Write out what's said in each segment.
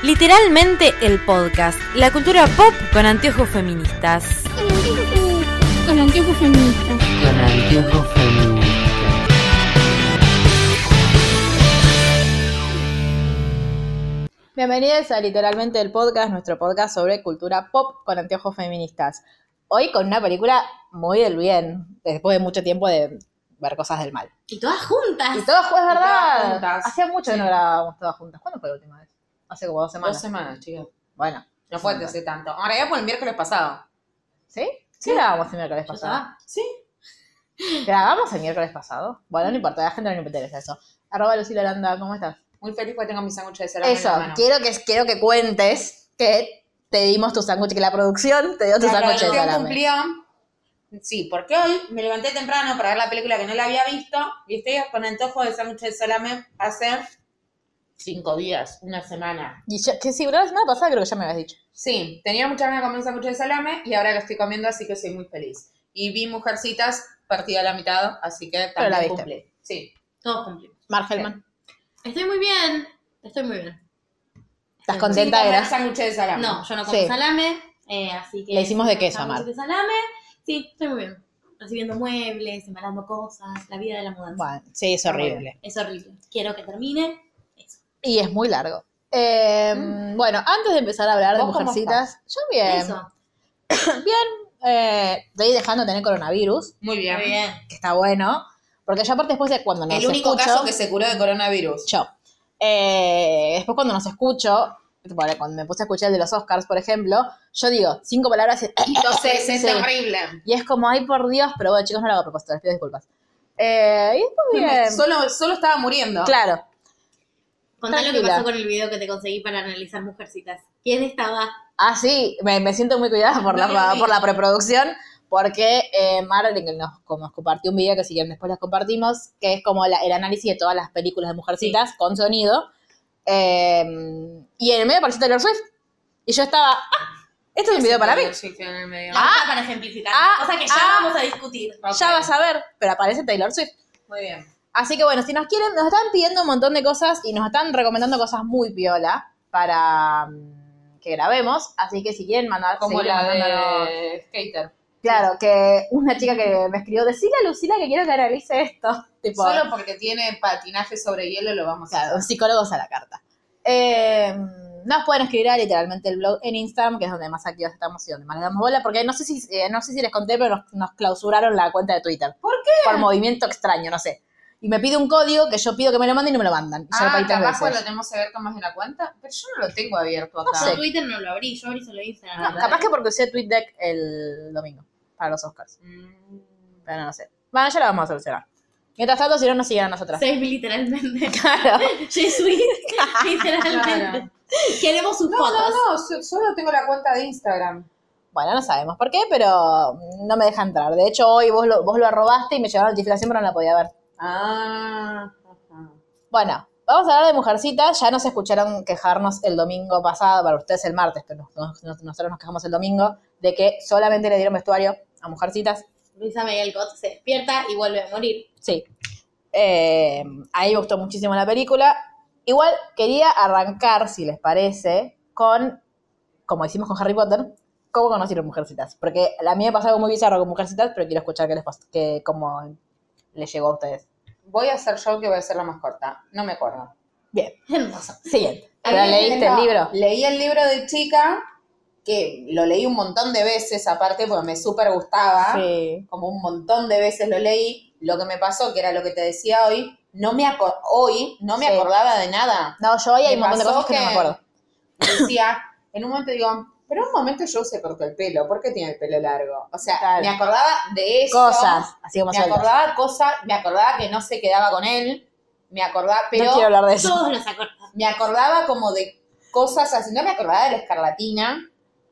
Literalmente el podcast, la cultura pop con anteojos feministas. Con anteojos feministas. Con anteojos feministas. Bienvenidos a Literalmente el podcast, nuestro podcast sobre cultura pop con anteojos feministas. Hoy con una película muy del bien, después de mucho tiempo de ver cosas del mal. Y todas juntas. Y todas juntas, ¿verdad? juntas. Hacía mucho que no grabábamos todas juntas. ¿Cuándo fue la última vez? Hace como 2 semanas. 2 semanas, chicos. Bueno. No puede decir tanto. Ahora ya fue el miércoles pasado. ¿Sí? Sí grabamos el miércoles ¿Ya pasado. está? Sí. ¿Grabamos el miércoles pasado? Bueno, no importa, a la gente no le interesa eso. @Lucila Aranda, ¿cómo estás? Muy feliz porque tengo mi sándwich de salame Eso, en la mano. quiero que cuentes que te dimos tu sándwich, que la producción te dio tu La sándwich de producción salame. cumplió. Sí, porque hoy me levanté temprano para ver la película que no la había visto y estoy con antojo de sándwich de salame hace 5 días, una semana. Y yo, que sí, la semana pasada creo que ya me habías dicho. Sí, tenía muchas ganas de comer un sándwich de salame y ahora lo estoy comiendo, así que soy muy feliz. Y vi Mujercitas partida a la mitad, así que Pero la también viste. cumplí. Sí. Todos cumplimos. Mark Hellman. Estoy muy bien. Estoy muy bien. ¿Estás contenta de Sin comer ver? sándwich de salame. No, yo no como Sí. salame, así que... Le hicimos de queso, sándwich Mar. de salame. Sí, estoy muy bien. Recibiendo muebles, embalando cosas, la vida de la mudanza. Bueno, sí, es horrible. Es horrible. Quiero que termine. Eso. Y es muy largo. Bueno, antes de empezar a hablar de ¿Vos cómo Mujercitas, yo bien. Eso. Estoy dejando de tener coronavirus, Muy bien. Muy bien. que está bueno. Porque yo aparte después de cuando nos El único escucho, caso que se curó de coronavirus. yo. Después cuando nos escucho, bueno, cuando me puse a escuchar el de los Oscars, por ejemplo, yo digo 5 palabras y... Entonces es Sí. horrible. Y es como, ay, por Dios, pero bueno, chicos, no lo hago a propósito, les pido disculpas. Y después bien. Solo estaba muriendo. Claro. Contá lo que Tranquila. pasó con el video que te conseguí para analizar Mujercitas. ¿Quién estaba? Ah, sí, me siento muy cuidada por, No lo vi. por la preproducción, porque Mar nos compartió un video que si quieren después les compartimos, que es como el análisis de todas las películas de Mujercitas con sonido. Y en el medio apareció Taylor Swift. Y yo estaba, esto es un video para mí. Sí, que en el medio. La otra para ejemplificar. Cosa que ya vamos a discutir. Ok. Ya vas a ver, pero aparece Taylor Swift. Muy bien. Así que bueno, si nos quieren, nos están pidiendo un montón de cosas y nos están recomendando cosas muy piola para que grabemos. Así que si quieren mandar, Como seguir la mandándonos- de Skater. Claro, que una chica que me escribió, decile a Lucila que quiero que analice esto. Tipo, Solo porque tiene patinaje sobre hielo lo vamos a claro, hacer. psicólogos a la carta. Nos pueden escribir a literalmente el blog en Instagram, que es donde más activos estamos y donde más le damos bola, porque no sé si les conté, pero nos clausuraron la cuenta de Twitter. ¿Por qué? Por movimiento extraño, no sé. Y me pide un código que yo pido que me lo manden y no me lo mandan. Y ya lo pedí 3 abajo veces. lo tenemos abierto más de la cuenta, pero yo no lo tengo abierto acá. sé. Yo Twitter no lo abrí, yo abrí solo Instagram. No, capaz que porque usé TweetDeck el domingo, para los Oscars. Pero no sé. Bueno, ya lo vamos a solucionar. Mientras tanto, si no, nos siguen a nosotras. Save literalmente. Claro. Jesuit, literalmente. Queremos sus fotos. No, solo tengo la cuenta de Instagram. Bueno, no sabemos por qué, pero no me deja entrar. De hecho, hoy vos lo arrobaste y me llegó la notificación, pero no la podía ver. Ajá. Bueno, vamos a hablar de Mujercitas. Ya nos escucharon quejarnos el domingo pasado, para ustedes el martes, pero nosotros nos quejamos el domingo, de que solamente le dieron vestuario a Mujercitas. Luisa Miguel Cot se despierta y vuelve a morir. Sí. A mí me gustó muchísimo la película. Igual quería arrancar, si les parece, como hicimos con Harry Potter, cómo conocieron Mujercitas. Porque a mí me pasó algo muy bizarro con Mujercitas, pero quiero escuchar qué les pasó, cómo les llegó a ustedes. Voy a hacer yo que voy a ser la más corta. No me acuerdo. Bien, Hermoso. siguiente. A ¿Pero mí leíste el libro? Leí el libro de chica, que lo leí un montón de veces, aparte, porque me súper gustaba. Sí. Como un montón de veces lo leí. Lo que me pasó, que era lo que te decía hoy, no me acordaba de nada. No, yo hoy hay un Me montón de pasó cosas que no me acuerdo. Decía, en un momento digo, pero un momento yo se cortó el pelo, ¿por qué tiene el pelo largo? O sea, Claro. me acordaba de eso. Cosas, así como Me sueltas. acordaba cosas, me acordaba que no se quedaba con él, me acordaba, pero No quiero hablar de eso. Todos nos acordamos. me acordaba como de cosas así, no me acordaba de la escarlatina.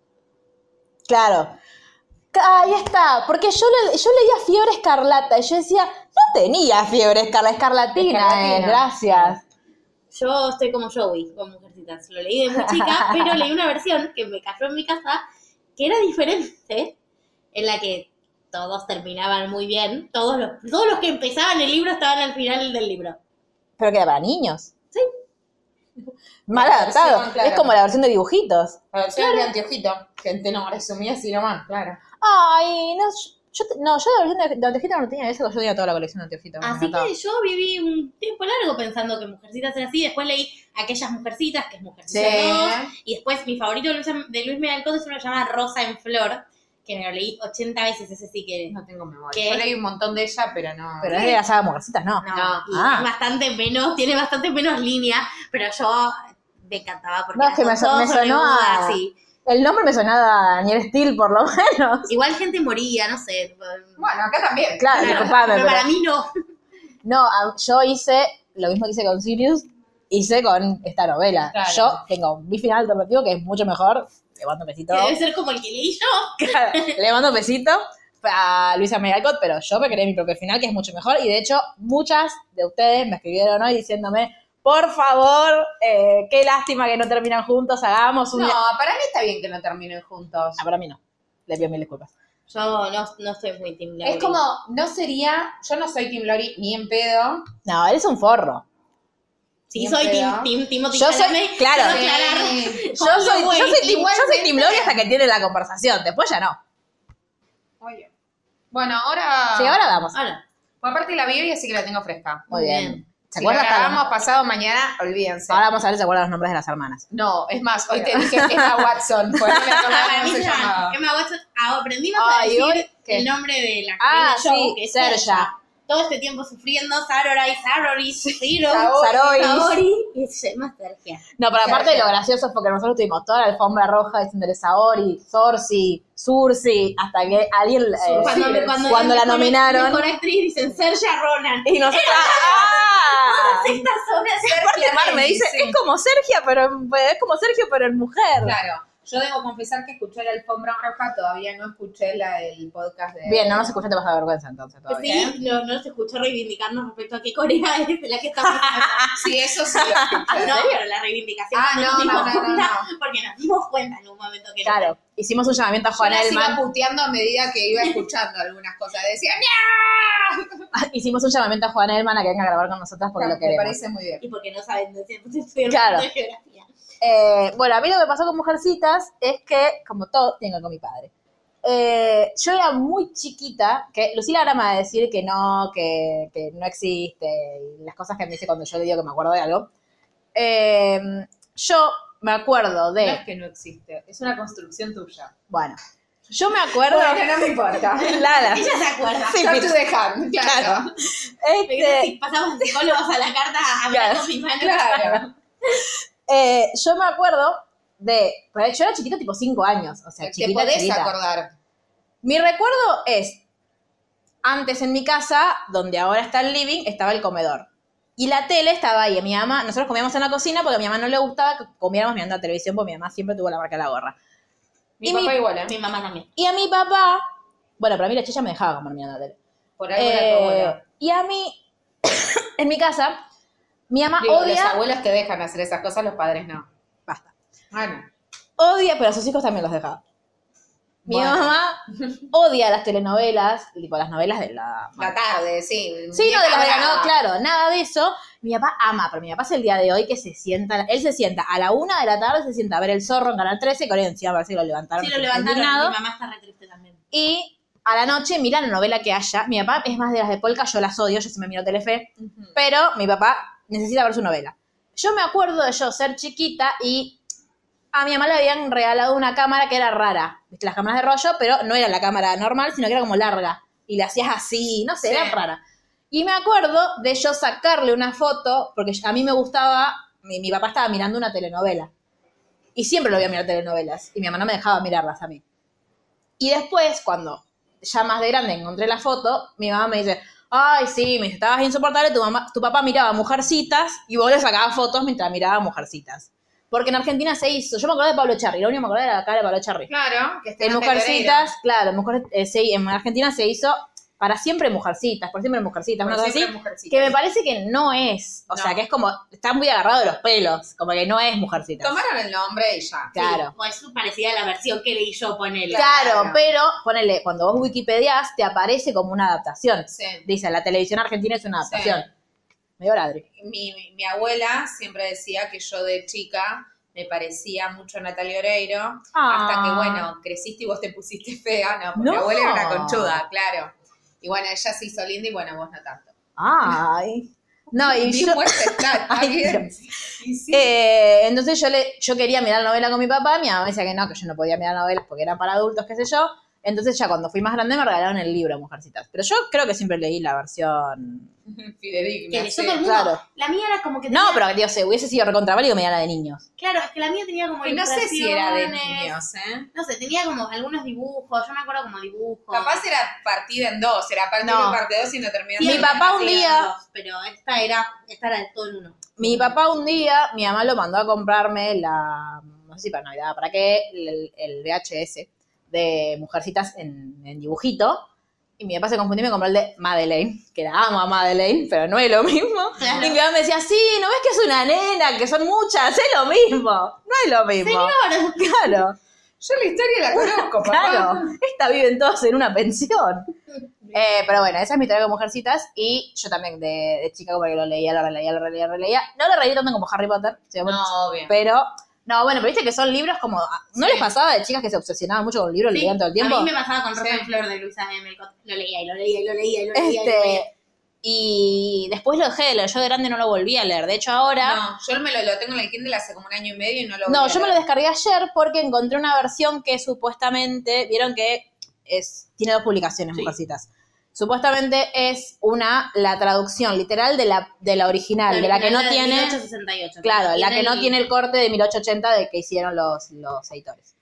Claro. Ahí está, porque yo leía Fiebre Escarlata y yo decía, no tenía fiebre escarlatina, gracias. Yo estoy como Joey con Mujercitas. Lo leí de muy chica, pero leí una versión que me cayó en mi casa que era diferente, en la que todos terminaban muy bien. Todos los que empezaban el libro estaban al final del libro. Pero que era para niños. Sí. Mal La adaptado. versión, claro. Es como la versión de dibujitos. La versión de Antiojito. Gente, no, resumí así nomás, claro. Ay, no, yo la versión de Anteojito no tenía eso, yo tenía toda la colección de Anteojito. Así que yo viví un tiempo largo pensando que Mujercitas era así. Después leí Aquellas Mujercitas, que es Mujercitas 2. Y después mi favorito de Luis Miguel Conde es uno que se llama Rosa en Flor, que me lo leí 80 veces, ese sí que... No tengo memoria. ¿Qué? Yo leí un montón de ella, pero no. Pero es de la saga Mujercitas, ¿no? No, No. y Ah. es bastante menos, tiene bastante menos línea, pero yo me encantaba porque No, es que me sonó a- así. El nombre me sonaba a Daniel Steele, por lo menos. Igual gente moría, no sé. Bueno, acá también. Claro, disculpame, pero para mí no. No, yo hice lo mismo que hice con Sirius, hice con esta novela. Claro. Yo tengo mi final alternativo, que es mucho mejor. Le mando un besito. Que debe ser como el que leí yo. Le mando un besito a Luisa Megalcott, pero yo me creé mi propio final, que es mucho mejor. Y de hecho, muchas de ustedes me escribieron hoy diciéndome, por favor, qué lástima que no terminan juntos, hagamos un... No, para mí está bien que no terminen juntos. Ah, para mí no. Le pido mil disculpas. Yo no soy muy Team Lowry. Es como, no sería, yo no soy Team Lori ni en pedo. No, él es un forro. Sí, Bien soy pedo. Team Timothy Yo soy- Chalamet. claro. Quiero aclarar. Sí. Yo soy igualmente- Team Lori hasta que tiene la conversación. Después ya no. Oye. Bueno, ahora... Sí, ahora vamos. Ahora, Pues aparte la vi hoy, así que la tengo fresca. Muy bien. ¿Se Si la acuerdan? grabamos pasado mañana, olvídense. Ahora vamos a ver si se acuerdan los nombres de las hermanas. No, es más, hoy te dije Emma Watson, porque no me acordaba para cómo mí se ya, llamaba. Emma Watson, aprendimos a Ay, decir hoy, ¿qué? el nombre de la Ah, actriz del show, sí, que es Serja. Todo este tiempo sufriendo, Sarori, Ciro, Saroris. Saori, y se llama Sergia. No, pero aparte Sergio. lo gracioso es porque nosotros tuvimos toda la alfombra roja diciéndole Saori, Sorsi, Sursi, hasta que alguien cuando la nominaron Mejor actriz dicen Sergia Ronan. y nosotros Todas estas son aparte Mar me dice, sí. es como Sergio pero en mujer. Claro, yo debo confesar que escuché la alfombra roja, todavía no escuché el podcast de... Bien, no nos escuchaste, te vas a dar vergüenza entonces todavía. Sí, no se escuchó reivindicarnos respecto a qué Corea es de la que estamos hablando. Sí, eso sí lo escuché. No, pero la reivindicación Ah, nos no, dimos no, no, cuenta, no. porque nos dimos cuenta en un momento que Claro, hicimos un llamamiento a Yo Juan las iba Elman. puteando a medida que iba escuchando algunas cosas. Decía, Hicimos un llamamiento a Juan Elman a que venga a grabar con nosotras porque no, lo me queremos. parece muy bien. y porque no saben de estudiar Claro. de geografía. Bueno, a mí lo que pasó con Mujercitas es que, como todo, tengo con mi padre. Yo era muy chiquita, que Lucila ahora me va a decir que no existe, y las cosas que me dice cuando yo le digo que me acuerdo de algo. Yo me acuerdo No es de, que no existe, es una construcción tuya. bueno, yo me acuerdo... Bueno, no me importa. Lala. Ella se acuerda. Sí, Shot Pete. to the hand, claro. Si pasamos de psicólogos a la carta a hablar Claro. con mis manos. Claro. Yo me acuerdo de... Pero yo era chiquita, tipo 5 años, o sea, Te chiquita, podés chiquita. acordar. Mi recuerdo es, antes en mi casa, donde ahora está el living, estaba el comedor. Y la tele estaba ahí. Mi mamá, nosotros comíamos en la cocina porque a mi mamá no le gustaba que comiéramos mirando la televisión porque mi mamá siempre tuvo la marca de la gorra. Mi Y papá igual, ¿eh? Mi mamá también. Y a mi papá, bueno, pero a mí la chicha me dejaba comer mirando la tele. Por algo era tu abuela. Y a mí, en mi casa, mi mamá Digo, los odia... abuelos te dejan hacer esas cosas, los padres no. Basta. Bueno. Odia, pero a sus hijos también los dejaba. Mi Bueno. mamá odia las telenovelas, tipo las novelas de la... La tarde, sí. Sí, no, de la Brava. verdad, no, claro, nada de eso. Mi papá ama, pero mi papá es el día de hoy que se sienta, él se sienta a la 1 de la tarde, se sienta a ver El Zorro en Canal 13, que ahora encima parece que lo levantaron. Sí, lo está levantaron. indignado. Mi mamá está re triste también. Y a la noche mira la novela que haya. Mi papá es más de las de Polka, yo las odio, yo sí me miro Telefe, pero mi papá necesita ver su novela. Yo me acuerdo de yo ser chiquita y a mi mamá le habían regalado una cámara que era rara, ¿viste? Las cámaras de rollo, pero no era la cámara normal, sino que era como larga. Y la hacías así, no sé, Sí. era rara. Y me acuerdo de yo sacarle una foto, porque a mí me gustaba, mi papá estaba mirando una telenovela. Y siempre lo voy a mirar telenovelas. Y mi mamá no me dejaba mirarlas a mí. Y después, cuando ya más de grande encontré la foto, mi mamá me dice, ay, sí, me dice, estabas insoportable, tu papá miraba Mujercitas y vos le sacabas fotos mientras miraba Mujercitas. Porque en Argentina se hizo, yo me acordé de Pablo Cherry, lo único que me acordé era la cara de Pablo Cherry. Claro, que está En Mujercitas, claro, en Argentina se hizo para siempre Mujercitas, por siempre Mujercitas, una cosa así, que me parece que no es, o No. sea, que es como, está muy agarrado de los pelos, como que no es Mujercitas. Tomaron el nombre y ya. Claro. Sí, o es parecida a la versión que leí yo, ponele. Claro, Claro. pero ponele, cuando vos Wikipedias te aparece como una adaptación. Sí. Dice, la televisión argentina es una adaptación. Medio ladri. Mi abuela siempre decía que yo de chica me parecía mucho a Natalia Oreiro, hasta que, bueno, creciste y vos te pusiste fea. No, porque mi abuela era una conchuda, claro. Y bueno, ella se hizo linda y bueno, vos no tanto. Ay. No, y yo... Está bien. Y sí. Entonces yo quería mirar novela con mi papá, mi mamá me decía que yo no podía mirar novelas porque eran para adultos, qué sé yo. Entonces ya cuando fui más grande me regalaron el libro Mujercitas. Pero yo creo que siempre leí la versión... Fidedigna. Que leyó Sí. todo el mundo. Claro. La mía era como que No, tenía- pero Dios, hubiese sido recontraválido que me diera la de niños. Claro, es que la mía tenía como Y no sé si era de ilustraciones. niños, ¿eh? No sé, tenía como algunos dibujos, yo me acuerdo como dibujos. Capaz era partida en dos, era parte No. 1 y parte 2 y no terminaba. Mi papá un día- Pero esta era de todo en uno. Mi papá un día, mi mamá lo mandó a comprarme no sé si para Navidad, para qué, el VHS de Mujercitas en dibujito. Y mi papá se confundió y me compró el de Madeleine, que la amo a Madeleine, pero no es lo mismo. Claro. Y mi mamá me decía, sí, ¿no ves que es una nena, que son muchas? Es lo mismo. No es lo mismo. Señor, Claro, Yo la historia la conozco, papá. claro. Esta viven todas en una pensión. Pero bueno, esa es mi historia con Mujercitas. Y yo también de chica como que lo leía, lo releía. No lo reí tanto como Harry Potter. No, obvio. Pero, no, bueno, pero viste que son libros como... ¿No Sí. les pasaba de chicas que se obsesionaban mucho con el libro, sí, leían todo el tiempo? A mí me pasaba con Rosa Sí. en Flor de Luisa M. Melcott. Lo leía y lo leía y lo leía y lo leía. Y lo leía. Y después lo dejé de leer. Yo de grande no lo volví a leer. De hecho, ahora... No, yo lo tengo en el Kindle hace como 1 año y medio y no lo No, volví a yo me lo leer. descargué ayer porque encontré una versión que supuestamente... Vieron que tiene 2 publicaciones, Sí. Mujercitas. Supuestamente es la traducción literal de la original, de la que no original tiene... 1868. Claro, la que no el- tiene el corte de 1880 de que hicieron los editores.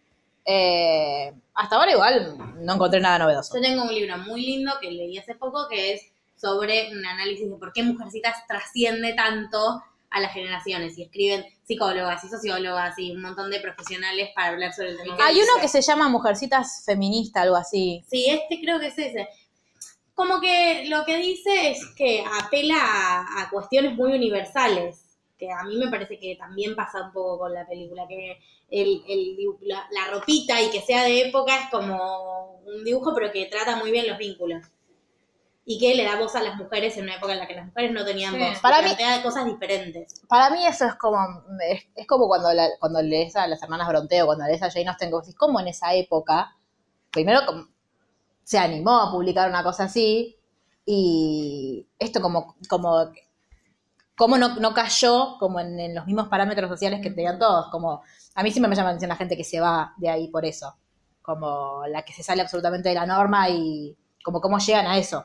Hasta ahora igual no encontré nada novedoso. Yo tengo un libro muy lindo que leí hace poco que es sobre un análisis de por qué Mujercitas trasciende tanto a las generaciones y escriben psicólogas y sociólogas y un montón de profesionales para hablar sobre el tema. Hay uno que se llama Mujercitas Feminista, algo así. Sí, creo que es ese. Como que lo que dice es que apela a cuestiones muy universales, que a mí me parece que también pasa un poco con la película, que la ropita y que sea de época es como un dibujo, pero que trata muy bien los vínculos. Y que le da voz a las mujeres en una época en la que las mujeres no tenían Sí. voz. Para Y mí- plantea cosas diferentes. Para mí eso es como cuando lees a las hermanas Bronte o cuando lees a Jane Austen, decís, ¿cómo en esa época? Primero se animó a publicar una cosa así y esto como no cayó como en los mismos parámetros sociales que tenían todos, como a mí siempre me llama la atención la gente que se va de ahí por eso, como la que se sale absolutamente de la norma y como cómo llegan a eso.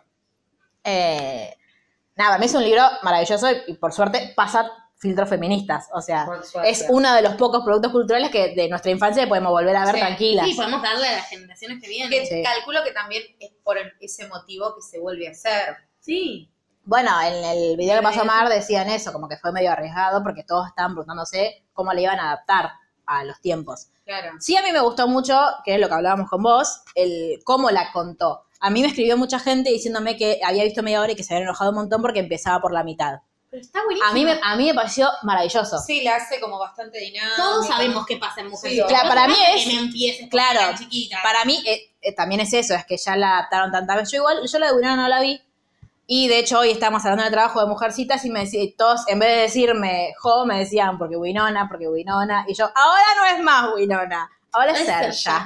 Nada, a mí es un libro maravilloso y por suerte pasa filtros feministas, o sea, Por suerte. es uno de los pocos productos culturales que de nuestra infancia podemos volver a ver Sí. tranquilas. Sí, podemos darle a las generaciones que vienen. Que Sí. calculo que también es por ese motivo que se vuelve a hacer. Sí. Bueno, en el video que pasó Mar decían eso, como que fue medio arriesgado porque todos estaban preguntándose cómo le iban a adaptar a los tiempos. Claro. Sí, a mí me gustó mucho, que es lo que hablábamos con vos, cómo la contó. A mí me escribió mucha gente diciéndome que había visto media hora y que se había enojado un montón porque empezaba por la mitad. Pero está buenísimo. A mí me pareció maravilloso. Sí, la hace como bastante dinámica. Todos sabemos qué pasa en Mujeres. Sí, claro, para mí es- Que me empieces claro, con tan chiquita. Para mí también es eso, es que ya la adaptaron tantas veces. Yo la de Winona no la vi. Y de hecho hoy estábamos hablando del trabajo de Mujercitas y me decían, todos en vez de decirme Jo, me decían porque Winona. Y yo, ahora no es más Winona, ahora es Es Saoirse.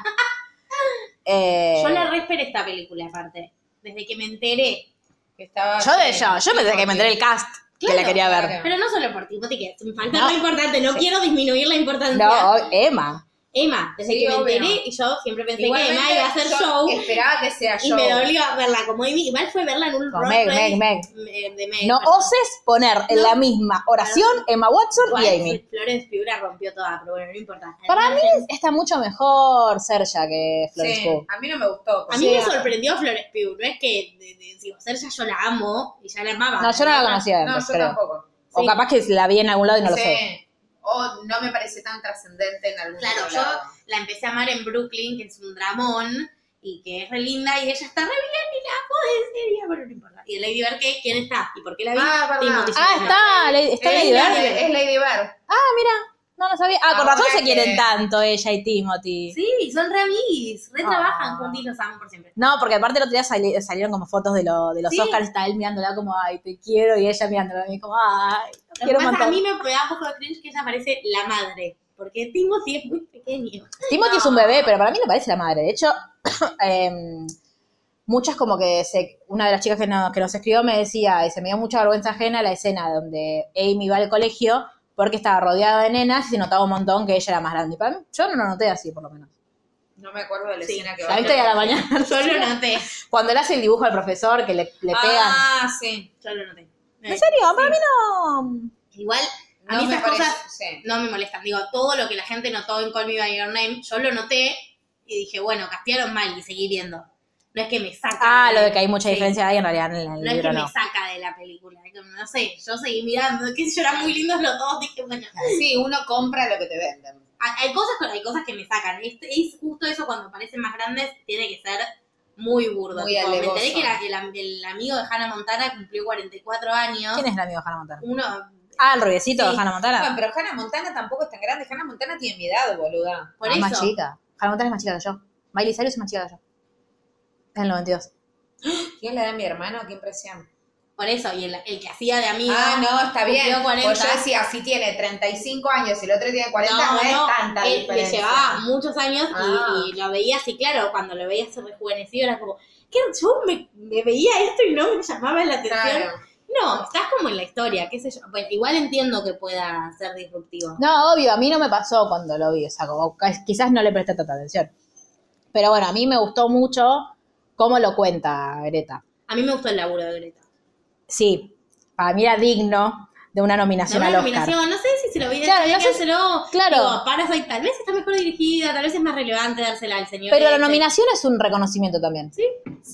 Yo la re esperé esta película, aparte. Desde que me enteré. Que estaba Yo pensé que me enteré el cast que la Claro, quería ver. claro. Pero no solo por ti, porque me falta No. lo importante. No Sí. quiero disminuir la importancia. No, Emma. Emma, desde Sí, que me obvio. enteré, y yo siempre pensé Igualmente, que Emma iba a hacer yo show. esperaba que sea Y show. me dolió verla como Amy. Igual fue verla en un Con Broadway Meg. de Meg. No perdón. oses poner en No. la misma oración Emma Watson Igual, y Amy. Florence Pugh la rompió toda, pero bueno, no importa. Para mí está mucho mejor Saoirse que Florence Sí, Pugh. a mí no me gustó. A mí Sí. me sorprendió Florence Pugh. No es que digo, Saoirse yo la amo y ya la amaba. No, yo no la conocía No, antes, yo creo. tampoco. O Sí. capaz que la vi en algún lado y no lo Sí. sé. O no me parece tan trascendente en algún Claro, otro yo lado. la empecé a amar en Brooklyn, que es un dramón, y que es re linda, y ella está re bien, y la amo en serio, pero no importa. Y en Lady Bird, ¿quién está? ¿Y por qué la vi? Ah, verdad. Timothy Ah, Chalamet. está Lady Es Bird. Es Lady Bird. Ah, mira. No sabía. Ah, con Ahora razón se que- quieren tanto ella y Timothy. Sí, son re amiguis, re trabajan juntos y los amo por siempre. No, porque aparte el otro día salieron como fotos de los Sí. Oscars, está él mirándola como, ay, te quiero, y ella mirándola a mí como, ay, Lo que quiero un pasa, a montón. mí me da un poco de cringe que ella parece la madre, porque Timothy es muy pequeño. Timothy es un bebé, pero para mí no parece la madre. De hecho, muchas como que una de las chicas que nos escribió me decía, y se me dio mucha vergüenza ajena la escena donde Amy va al colegio porque estaba rodeada de nenas y se notaba un montón que ella era más grande. Y para mí, yo no lo noté así, por lo menos. No me acuerdo de la Sí. escena que ¿La viste ahí a la mañana? Yo lo noté. Cuando le hace el dibujo al profesor, que le pegan. Ah, sí. Yo lo noté. ¿En serio? Para mí no... Igual, a No mí me esas parece, cosas sí. no me molestan. Digo, todo lo que la gente notó en Call Me By Your Name, yo lo noté y dije, bueno, castearon mal y seguí viendo. No es que me saca. Ah, lo de que hay mucha Sí. diferencia ahí en realidad en el No es libro que no. me saca de la película. Es como, no sé, yo seguí mirando. Qué sé yo, eran muy lindos los dos. Dije, bueno. Sí, uno compra lo que te venden. Hay cosas que me sacan. Es justo eso cuando parecen más grandes, tiene que ser muy burdo. Muy Tipo, me alevoso. enteré que el amigo de Hannah Montana cumplió 44 años. ¿Quién es el amigo de Hannah Montana? Uno. Ah, el rubiecito Sí. de Hannah Montana. Bueno, pero Hannah Montana tampoco es tan grande. Hannah Montana tiene mi edad, boluda. Por Es eso. más chica. Hannah Montana es más chica que yo. Miley Cyrus es más chica que yo. Es el 92. ¿Quién le da a mi hermano? Qué impresión. Por eso, y el que hacía de amigo. Ah, no, está bien. cumplió 40. Pues yo decía, si tiene 35 años y el otro tiene 40, no, es tanta él le diferencia. llevaba muchos años Ah. y lo veía así, claro, cuando lo veía rejuvenecido era como, ¿qué? Yo me veía esto y no me llamaba la atención. Claro. No, estás como en la historia, qué sé yo. Bueno, igual entiendo que pueda ser disruptivo. No, obvio, a mí no me pasó cuando lo vi. O sea, como quizás no le presté tanta atención. Pero bueno, a mí me gustó mucho cómo lo cuenta Greta. A mí me gustó el laburo de Greta. Sí, para mí era digno de una nominación La al Oscar. nominación, no sé si se lo vi Claro, no sé si- dárselo. claro. Digo, Parasite tal vez está mejor dirigida, tal vez es más relevante dársela al señor. Pero la este. nominación es un reconocimiento también. Sí.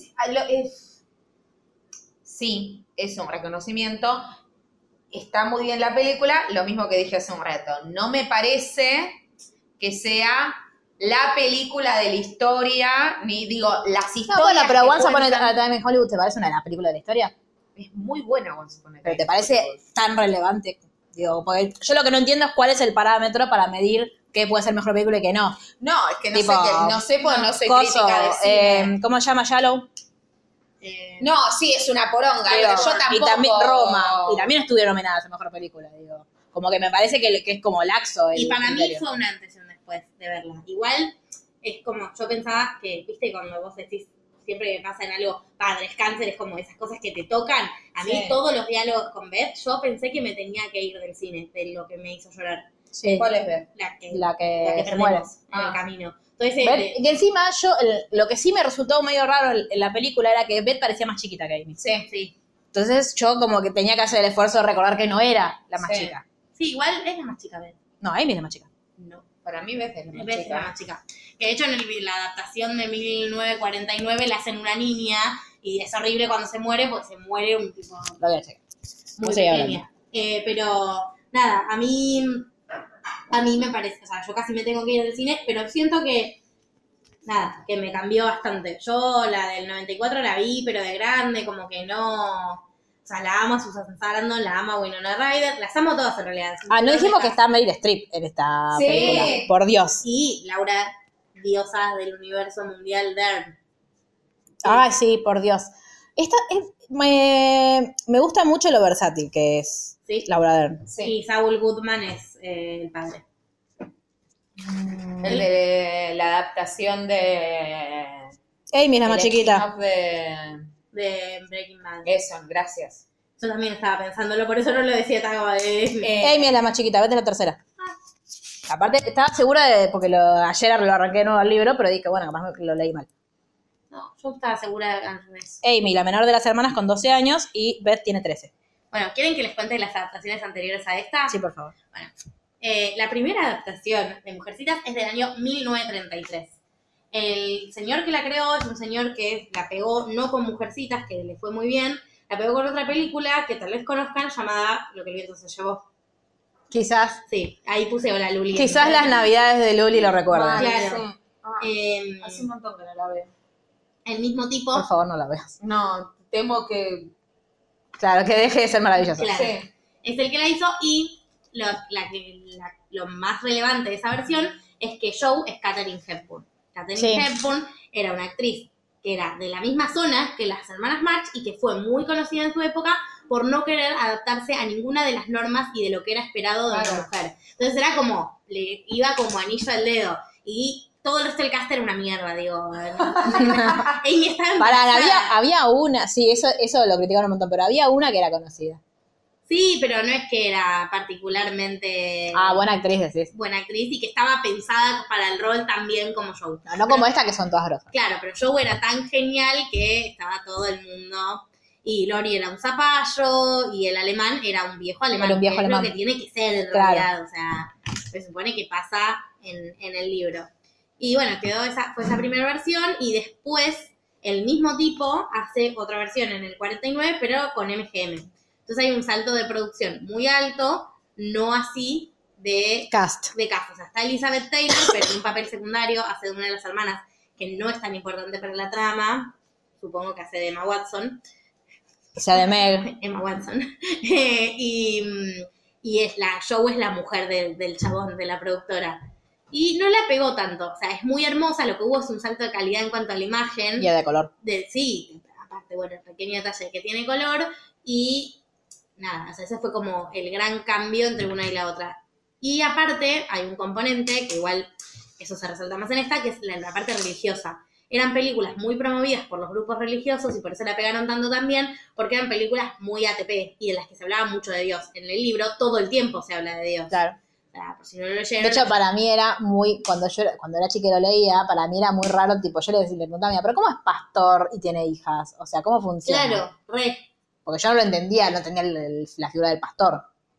Sí, es un reconocimiento. Está muy bien la película, lo mismo que dije hace un rato. No me parece que sea la película de la historia, ni digo, las historias. No, bueno, pero que Once Upon a cuentan- Time in Hollywood, ¿te parece una de las películas de la historia? Es muy buena Once Upon a Time Pero ¿te in parece Hollywood. tan relevante? Digo, porque yo lo que no entiendo es cuál es el parámetro para medir qué puede ser mejor película y qué no. No, es que no Tipo, sé, porque no soy Coso, crítica de cine. ¿cómo se llama? Shallow. No, sí, es una poronga, Digo, pero yo tampoco. Y también Roma. Y también estuvieron nominadas a mejor película, digo. Como que me parece que es como laxo el Y para mí criterio. fue un antes y un después de verla. Igual es como, yo pensaba que, viste, cuando vos decís, siempre que pasa en algo, padres, cáncer, es como esas cosas que te tocan. A mí Sí. todos los diálogos con Beth, yo pensé que me tenía que ir del cine, de lo que me hizo llorar. Sí, ¿Cuál es ver? La que la que se perdemos muere. en el camino. Entonces, Beth- y encima lo que sí me resultó medio raro en la película era que Beth parecía más chiquita que Amy. Sí. sí. Entonces yo como que tenía que hacer el esfuerzo de recordar que no era la más Sí. chica. Sí, igual es la más chica, Beth. No, Amy es la más chica. No. Para mí Beth es la más Beth es la chica. más chica. Que de hecho en la adaptación de 1949 la hacen una niña y es horrible cuando se muere porque se muere un tipo Lo voy a checar. muy No sé pequeña. Pero nada, a mí me parece, o sea, yo casi me tengo que ir del cine, pero siento que nada, que me cambió bastante. Yo la del 94 la vi, pero de grande, como que no. O sea, la amo a Susan Sarandon, la amo a Winona Ryder, las amo todas en realidad. Ah, no dijimos que está Meryl Streep en esta Sí. película. Por Dios. Y Laura, diosa del universo mundial Dern. Ay, sí, por Dios. Me gusta mucho lo versátil que es Sí. Laura Dern. Sí. Y Saul Goodman es el padre. El de la adaptación de... Amy es la más el chiquita. spin-off de... De Breaking Bad. Eso, gracias. Yo también estaba pensándolo, por eso no lo decía tan como de... Amy es la más chiquita, vete la tercera. Aparte, estaba segura de, porque ayer lo arranqué de nuevo al libro, pero dije, bueno, capaz lo leí mal. No, yo estaba segura de al revés. Amy, la menor de las hermanas, con 12 años, y Beth tiene 13. Bueno, ¿quieren que les cuente las adaptaciones anteriores a esta? Sí, por favor. Bueno, la primera adaptación de Mujercitas es del año 1933. El señor que la creó es un señor que la pegó no con Mujercitas, que le fue muy bien, la pegó con otra película que tal vez conozcan llamada Lo que el viento se llevó. Quizás. Sí, ahí puse Hola Luli. Quizás las navidades de Luli lo recuerdan. Claro. Sí. Hace un montón que no la veo. El mismo tipo. Por favor, no la veas. No, temo que... Claro, que deje de ser maravilloso. Claro. Sí. Es el que la hizo y lo más relevante de esa versión es que Joe es Katharine Hepburn. Katharine Hepburn era una actriz que era de la misma zona que las hermanas March y que fue muy conocida en su época por no querer adaptarse a ninguna de las normas y de lo que era esperado de una mujer. Entonces era como, le iba como anillo al dedo. Y todo el resto del cast era una mierda, digo. Amy estaba embarazada. Había una, sí, eso lo criticaron un montón, pero había una que era conocida. Sí, pero no es que era particularmente... buena actriz, decís. Buena actriz y que estaba pensada para el rol también como Joe. No como esta, que son todas grosas. Claro, pero Joe era tan genial que estaba todo el mundo... Y Lori era un zapallo y el alemán era un viejo alemán. Era un viejo alemán. Lo que tiene que ser en realidad, o sea, se supone que pasa en el libro. Y bueno, fue esa primera versión y después el mismo tipo hace otra versión en el 49, pero con MGM. Entonces hay un salto de producción muy alto, no así de cast. O sea, está Elizabeth Taylor, pero en un papel secundario hace de una de las hermanas que no es tan importante para la trama, supongo que hace de Emma Watson. O sea, de Meg. Emma Watson. y Joe es la mujer del chabón, de la productora. Y no la pegó tanto. O sea, es muy hermosa. Lo que hubo es un salto de calidad en cuanto a la imagen. Y de color. Sí, aparte, bueno, el pequeño detalle que tiene color. Y nada, o sea, ese fue como el gran cambio entre una y la otra. Y aparte, hay un componente que igual, eso se resalta más en esta, que es la parte religiosa. Eran películas muy promovidas por los grupos religiosos y por eso la pegaron tanto también, porque eran películas muy ATP y en las que se hablaba mucho de Dios. En el libro todo el tiempo se habla de Dios. Claro. O sea, por si no lo leyeron. De hecho, para mí era muy, cuando era chica y lo leía, para mí era muy raro, tipo, yo le preguntaba a mi mamá, pero ¿cómo es pastor y tiene hijas? O sea, ¿cómo funciona? Claro, Porque yo no lo entendía, no tenía la figura del pastor.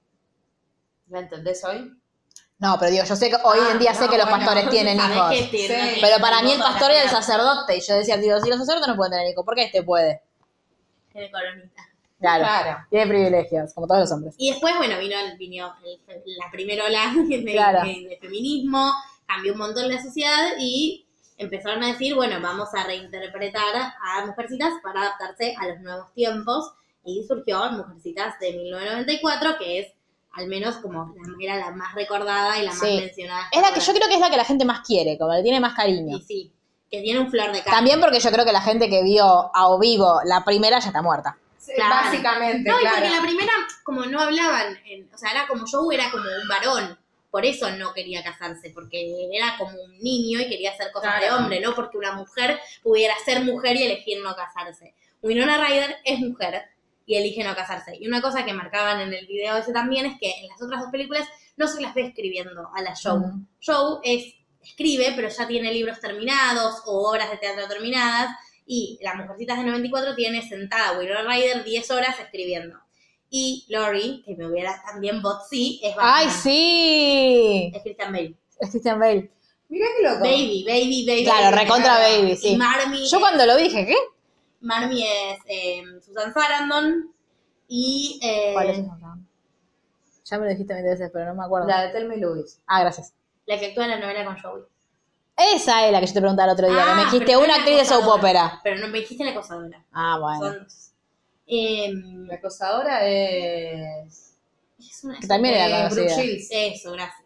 ¿Lo entendés hoy? No, pero digo, yo sé que hoy en día sé que los pastores tienen hijos. Pero para mí el pastor era el sacerdote. Y yo decía, digo, si los sacerdotes no pueden tener hijos, ¿por qué este puede? Tiene coronita. Claro. Tiene privilegios, como todos los hombres. Y después, bueno, vino la primera ola de feminismo, cambió un montón la sociedad y empezaron a decir, bueno, vamos a reinterpretar a Mujercitas para adaptarse a los nuevos tiempos. Y surgió Mujercitas de 1994, que es al menos como era la más recordada y la más mencionada. Es la que yo creo que es la que la gente más quiere, como le tiene más cariño. Y sí, que tiene un flor de cara. También porque yo creo que la gente que vio a vivo la primera ya está muerta. Sí, claro. Básicamente, no, y porque la primera, como no hablaban, o sea, era como Joe, era como un varón. Por eso no quería casarse, porque era como un niño y quería hacer cosas de hombre, no porque una mujer pudiera ser mujer y elegir no casarse. Winona Ryder es mujer y elige no casarse. Y una cosa que marcaban en el video ese también es que en las otras dos películas no se las ve escribiendo a la Joe. Joe escribe, pero ya tiene libros terminados o obras de teatro terminadas, y las Mujercitas de 94 tiene sentada Winona Ryder 10 horas escribiendo. Y Lori, que me hubiera también Botsy, es Batman. ¡Ay, sí! Es Christian Bale. Es Christian Bale. Mirá qué loco. Baby. Claro, recontra Baby, sí. Y Marmee. Yo cuando lo vi dije, ¿qué? Marmee es Susan Sarandon. Y. ¿Cuál es Susan Sarandon? Ya me lo dijiste 20 veces, pero no me acuerdo. La de Thelma y Louise. Ah, gracias. La que actúa en la novela con Joey. Esa es la que yo te preguntaba el otro día, que me dijiste una actriz de soap opera. Pero no me dijiste la acosadora. Ah, bueno. Son dos. La acosadora es una que también era Brooke conocida. Shields. Eso, gracias.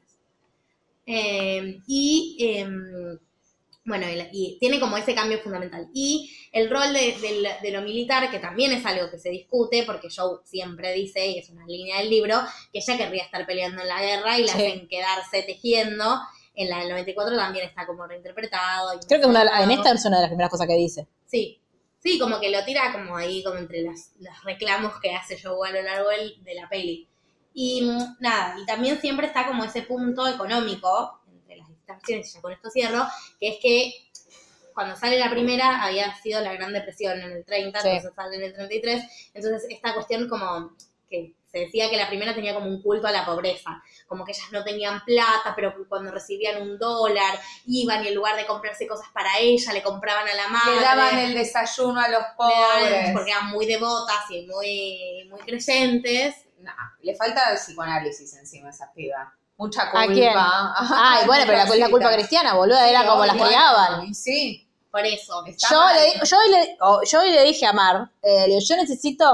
Bueno, y tiene como ese cambio fundamental. Y el rol de lo militar, que también es algo que se discute, porque Joe siempre dice, y es una línea del libro, que ella querría estar peleando en la guerra y la hacen quedarse tejiendo. En la del 94 también está como reinterpretado. Creo que en esta es una de las primeras cosas que dice. Sí, como que lo tira como ahí, como entre los reclamos que hace Joe a lo largo de la peli. Y nada, y también siempre está como ese punto económico, entre las distintas versiones, y ya con esto cierro, que es que cuando sale la primera había sido la Gran Depresión en el 30, entonces sale en el 33, entonces esta cuestión como que se decía que la primera tenía como un culto a la pobreza, como que ellas no tenían plata, pero cuando recibían $1, iban y en lugar de comprarse cosas para ella, le compraban a la madre. Le daban el desayuno a los pobres. Porque eran muy devotas y muy creyentes. No, le falta psicoanálisis encima a esa piba. Mucha culpa. ¿A quién? Ay, bueno, pero la culpa cristiana, boluda, era como las criaban. Sí. Por eso. Yo hoy le dije a Mar, yo necesito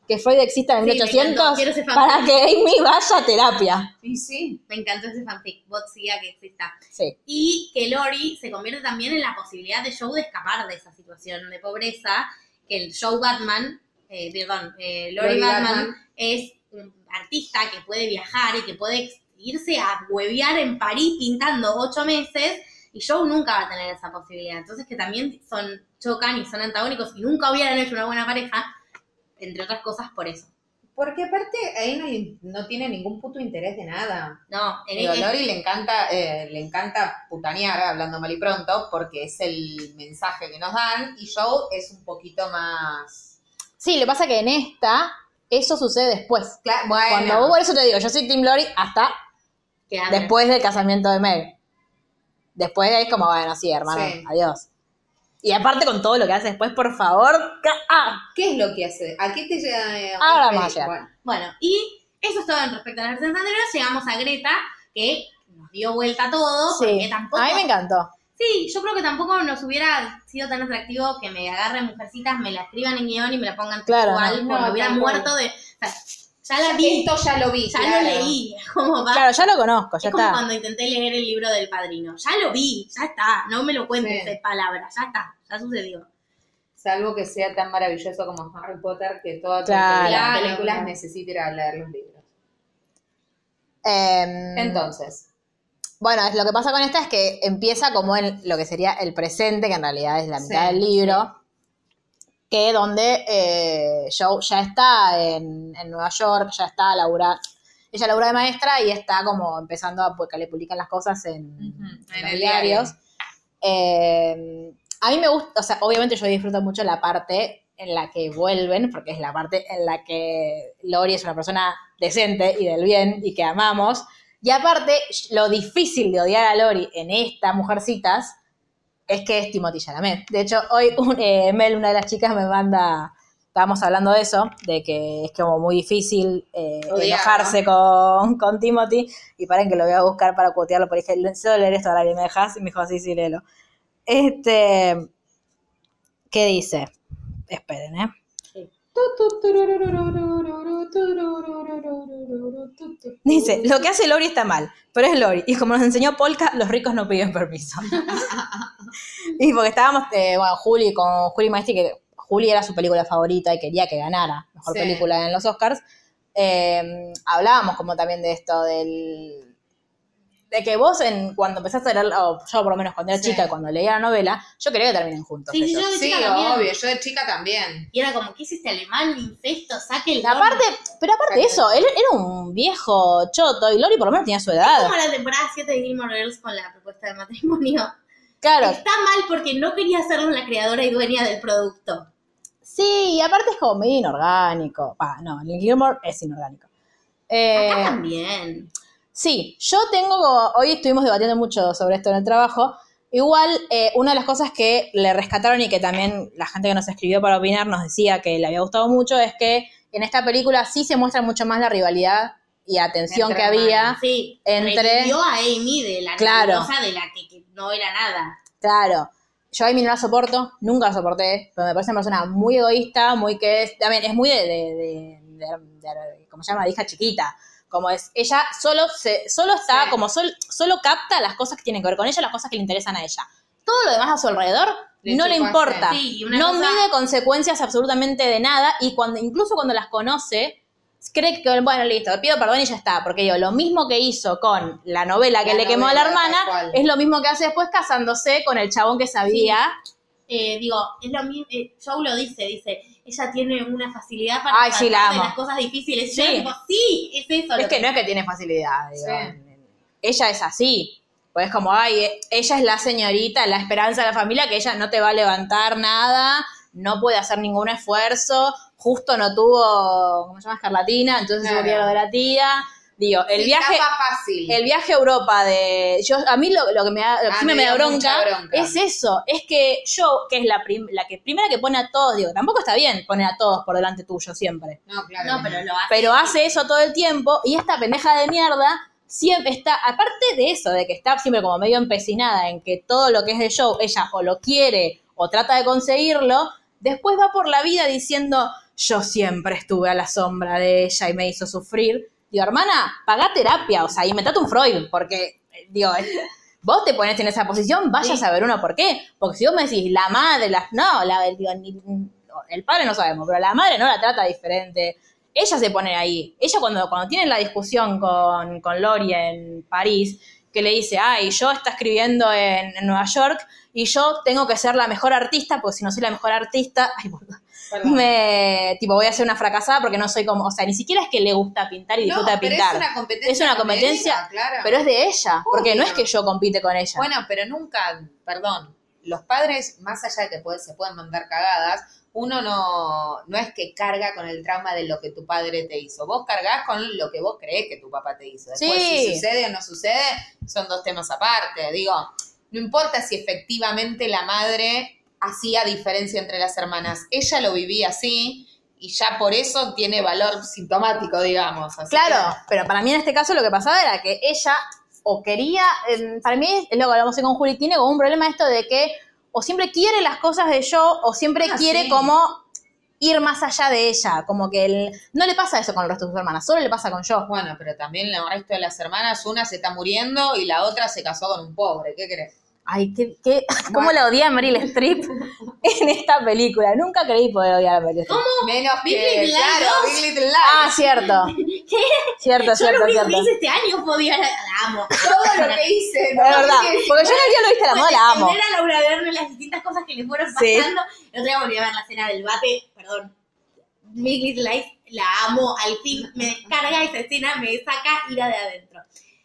que Freud exista en Sí, me 1800 encantó, quiero ese fanfic. para que Amy vaya a terapia. Y sí. Me encantó ese fanfic, vos siga que exista. Sí. Y que Lori se convierte también en la posibilidad de Joe de escapar de esa situación de pobreza, que el Joe Batman, Lori Batman es un artista que puede viajar y que puede irse a huevear en París pintando 8 meses, y Joe nunca va a tener esa posibilidad. Entonces que también chocan y son antagónicos y nunca hubieran hecho una buena pareja, entre otras cosas por eso. Porque aparte ahí no tiene ningún puto interés de nada. No, Digo, Lori le encanta putanear, hablando mal y pronto, porque es el mensaje que nos dan, y Joe es un poquito más... Sí, le pasa que en esta, eso sucede después. Bueno. Cuando vos, por eso te digo, yo soy Team Lori hasta que amen. después del casamiento de Meg. Después es como, bueno, sí, hermano, Sí. adiós. Y aparte con todo lo que hace después, por favor. ¿Qué es lo que hace? ¿A qué te llega? Ahora vamos a llegar. Bueno, y eso es todo en respecto a las versiones anteriores. Llegamos a Greta, que nos dio vuelta a todo, Sí, porque tampoco... a mí me encantó. Sí, yo creo que tampoco nos hubiera sido tan atractivo que me agarren mujercitas, me la escriban en guión y me la pongan Claro, textual, no, porque no, hubiera tal cual. muerto de... O sea, ya la vi, Esto ya lo vi, ya claro. lo leí, es como va. Claro, ya lo conozco, ya Es como está. cuando intenté leer el libro del Padrino. Ya lo vi, ya está, no me lo cuentes Sí. de palabras, ya está, ya sucedió. Salvo que sea tan maravilloso como Harry Potter, que todas Claro. las películas Claro. necesita ir a leer los libros. Entonces. Entonces, Bueno, lo que pasa con esta es que empieza como en lo que sería el presente, que en realidad es la mitad Sí, del libro, que donde Joe ya está en Nueva York, ya está laburando. Ella labura de maestra y está como empezando a que le publican las cosas en en los el diarios. A mí me gusta, o sea, obviamente yo disfruto mucho la parte en la que vuelven, porque es la parte en la que Lori es una persona decente y del bien y que amamos. Y aparte, lo difícil de odiar a Lori en esta Mujercitas es que es Timothée Chalamet. De hecho, hoy Mel, una de las chicas, me manda, estábamos hablando de eso, de que es como muy difícil enojarse con Timothy, y paren que lo voy a buscar para cuotearlo, porque dije, ¿puedo leer esto ahora que me dejas? Y me dijo, sí, léelo. ¿Qué dice? Esperen, Dice, lo que hace Lori está mal, pero es Lori. Y como nos enseñó Polka, los ricos no piden permiso. Y porque estábamos, con Juli Maestri, que Juli era su película favorita y quería que ganara mejor película en los Oscars. Hablábamos como también de esto, de que vos cuando empezaste a leer, o yo por lo menos cuando era chica, cuando leía la novela, yo quería que terminen juntos. Sí, ellos. yo de sí, chica también. obvio, yo de chica también. Y era como, ¿qué hiciste alemán, infesto? Saque el Pero aparte de eso, él era un viejo choto y Lori por lo menos tenía su edad. como la temporada 7 de Gilmore Girls con la propuesta de matrimonio. Claro. Está mal porque no quería ser la creadora y dueña del producto. Sí, y aparte es como medio inorgánico. No, el Gilmore es inorgánico. Acá también. Sí, hoy estuvimos debatiendo mucho sobre esto en el trabajo. Igual, una de las cosas que le rescataron y que también la gente que nos escribió para opinar nos decía que le había gustado mucho es que en esta película sí se muestra mucho más la rivalidad y atención Entre que había Sí, entre... revivió a Amy de la nebulosa de la que no era nada. Claro. Yo a Amy no la soporto, nunca la soporté, pero me parece una persona muy egoísta, muy que es... También es muy de ¿cómo se llama? De hija chiquita. Como es, ella solo está, como solo capta las cosas que tienen que ver con ella, las cosas que le interesan a ella. Todo lo demás a su alrededor no le importa. Sí, y no mide consecuencias absolutamente de nada, y incluso cuando las conoce, cree que, bueno, listo, pido perdón y ya está. Porque digo, lo mismo que hizo con la novela que le quemó a la hermana, es lo mismo que hace después casándose con el chabón que sabía. Es lo mismo, Joe lo dice, ella tiene una facilidad para sí, la amo. de las cosas difíciles. Sí. Yo digo, sí, es eso. Es que no es que tiene facilidad, digo. Ella es así. Pues es como, ella es la señorita, la esperanza de la familia, que ella no te va a levantar nada, no puede hacer ningún esfuerzo, justo no tuvo, ¿cómo se llama? Escarlatina, entonces se volvió lo de la tía. Digo, el viaje a Europa a mí lo que me da, lo que sí me da bronca es eso, es que yo, que es la primera que pone a todos, digo, tampoco está bien poner a todos por delante tuyo siempre. No, claro. No, pero lo hace. Pero hace eso todo el tiempo, y esta pendeja de mierda siempre está, aparte de eso, de que está siempre como medio empecinada en que todo lo que es de Joe, ella o lo quiere o trata de conseguirlo, después va por la vida diciendo, yo siempre estuve a la sombra de ella y me hizo sufrir. Digo, hermana, pagá terapia, o sea, inventate un Freud, porque, digo, vos te ponés en esa posición, vaya a saber uno por qué. Porque si vos me decís, la madre, el padre no sabemos, pero la madre no la trata diferente. Ella se pone ahí. Ella cuando tiene la discusión con Lori en París, que le dice, ay, yo está escribiendo en Nueva York y yo tengo que ser la mejor artista, porque si no soy la mejor artista, ay, voy a ser una fracasada porque no soy como, o sea, ni siquiera es que le gusta pintar y disfruta de pintar. Es una competencia, ella, claro. Pero es de ella, porque no es que yo compite con ella. Bueno, pero nunca, perdón, los padres, más allá de que se pueden mandar cagadas, uno no es que carga con el trauma de lo que tu padre te hizo. Vos cargás con lo que vos creés que tu papá te hizo. Después, si sucede o no sucede, son dos temas aparte. Digo, no importa si efectivamente la madre hacía diferencia entre las hermanas. Ella lo vivía así y ya por eso tiene valor sintomático, digamos. Así claro, pero para mí en este caso lo que pasaba era que ella o quería, para mí es lo que hablamos con Juli, tiene como un problema esto de que o siempre quiere las cosas de yo, o siempre quiere como ir más allá de ella. Como que no le pasa eso con el resto de sus hermanas, solo le pasa con yo. Bueno, pero también el resto de las hermanas, una se está muriendo y la otra se casó con un pobre. ¿Qué crees? Ay, ¿cómo la odié a Meryl Streep en esta película? Nunca creí poder odiar a Meryl Streep. ¿Cómo? Menos Big que, Little claro, Lies. Big Little Lies. Ah, cierto. ¿Qué? Cierto. Yo lo único que hice este año fue odiar la amo. Todo lo que hice. Es verdad, porque yo en el día lo viste la moda, la amo. Era Laura Dern las distintas cosas que le fueron pasando. El otro día volví a ver la escena del bate, perdón. Big Little Lies, la amo, al fin me descarga esa escena, me saca ira de adentro.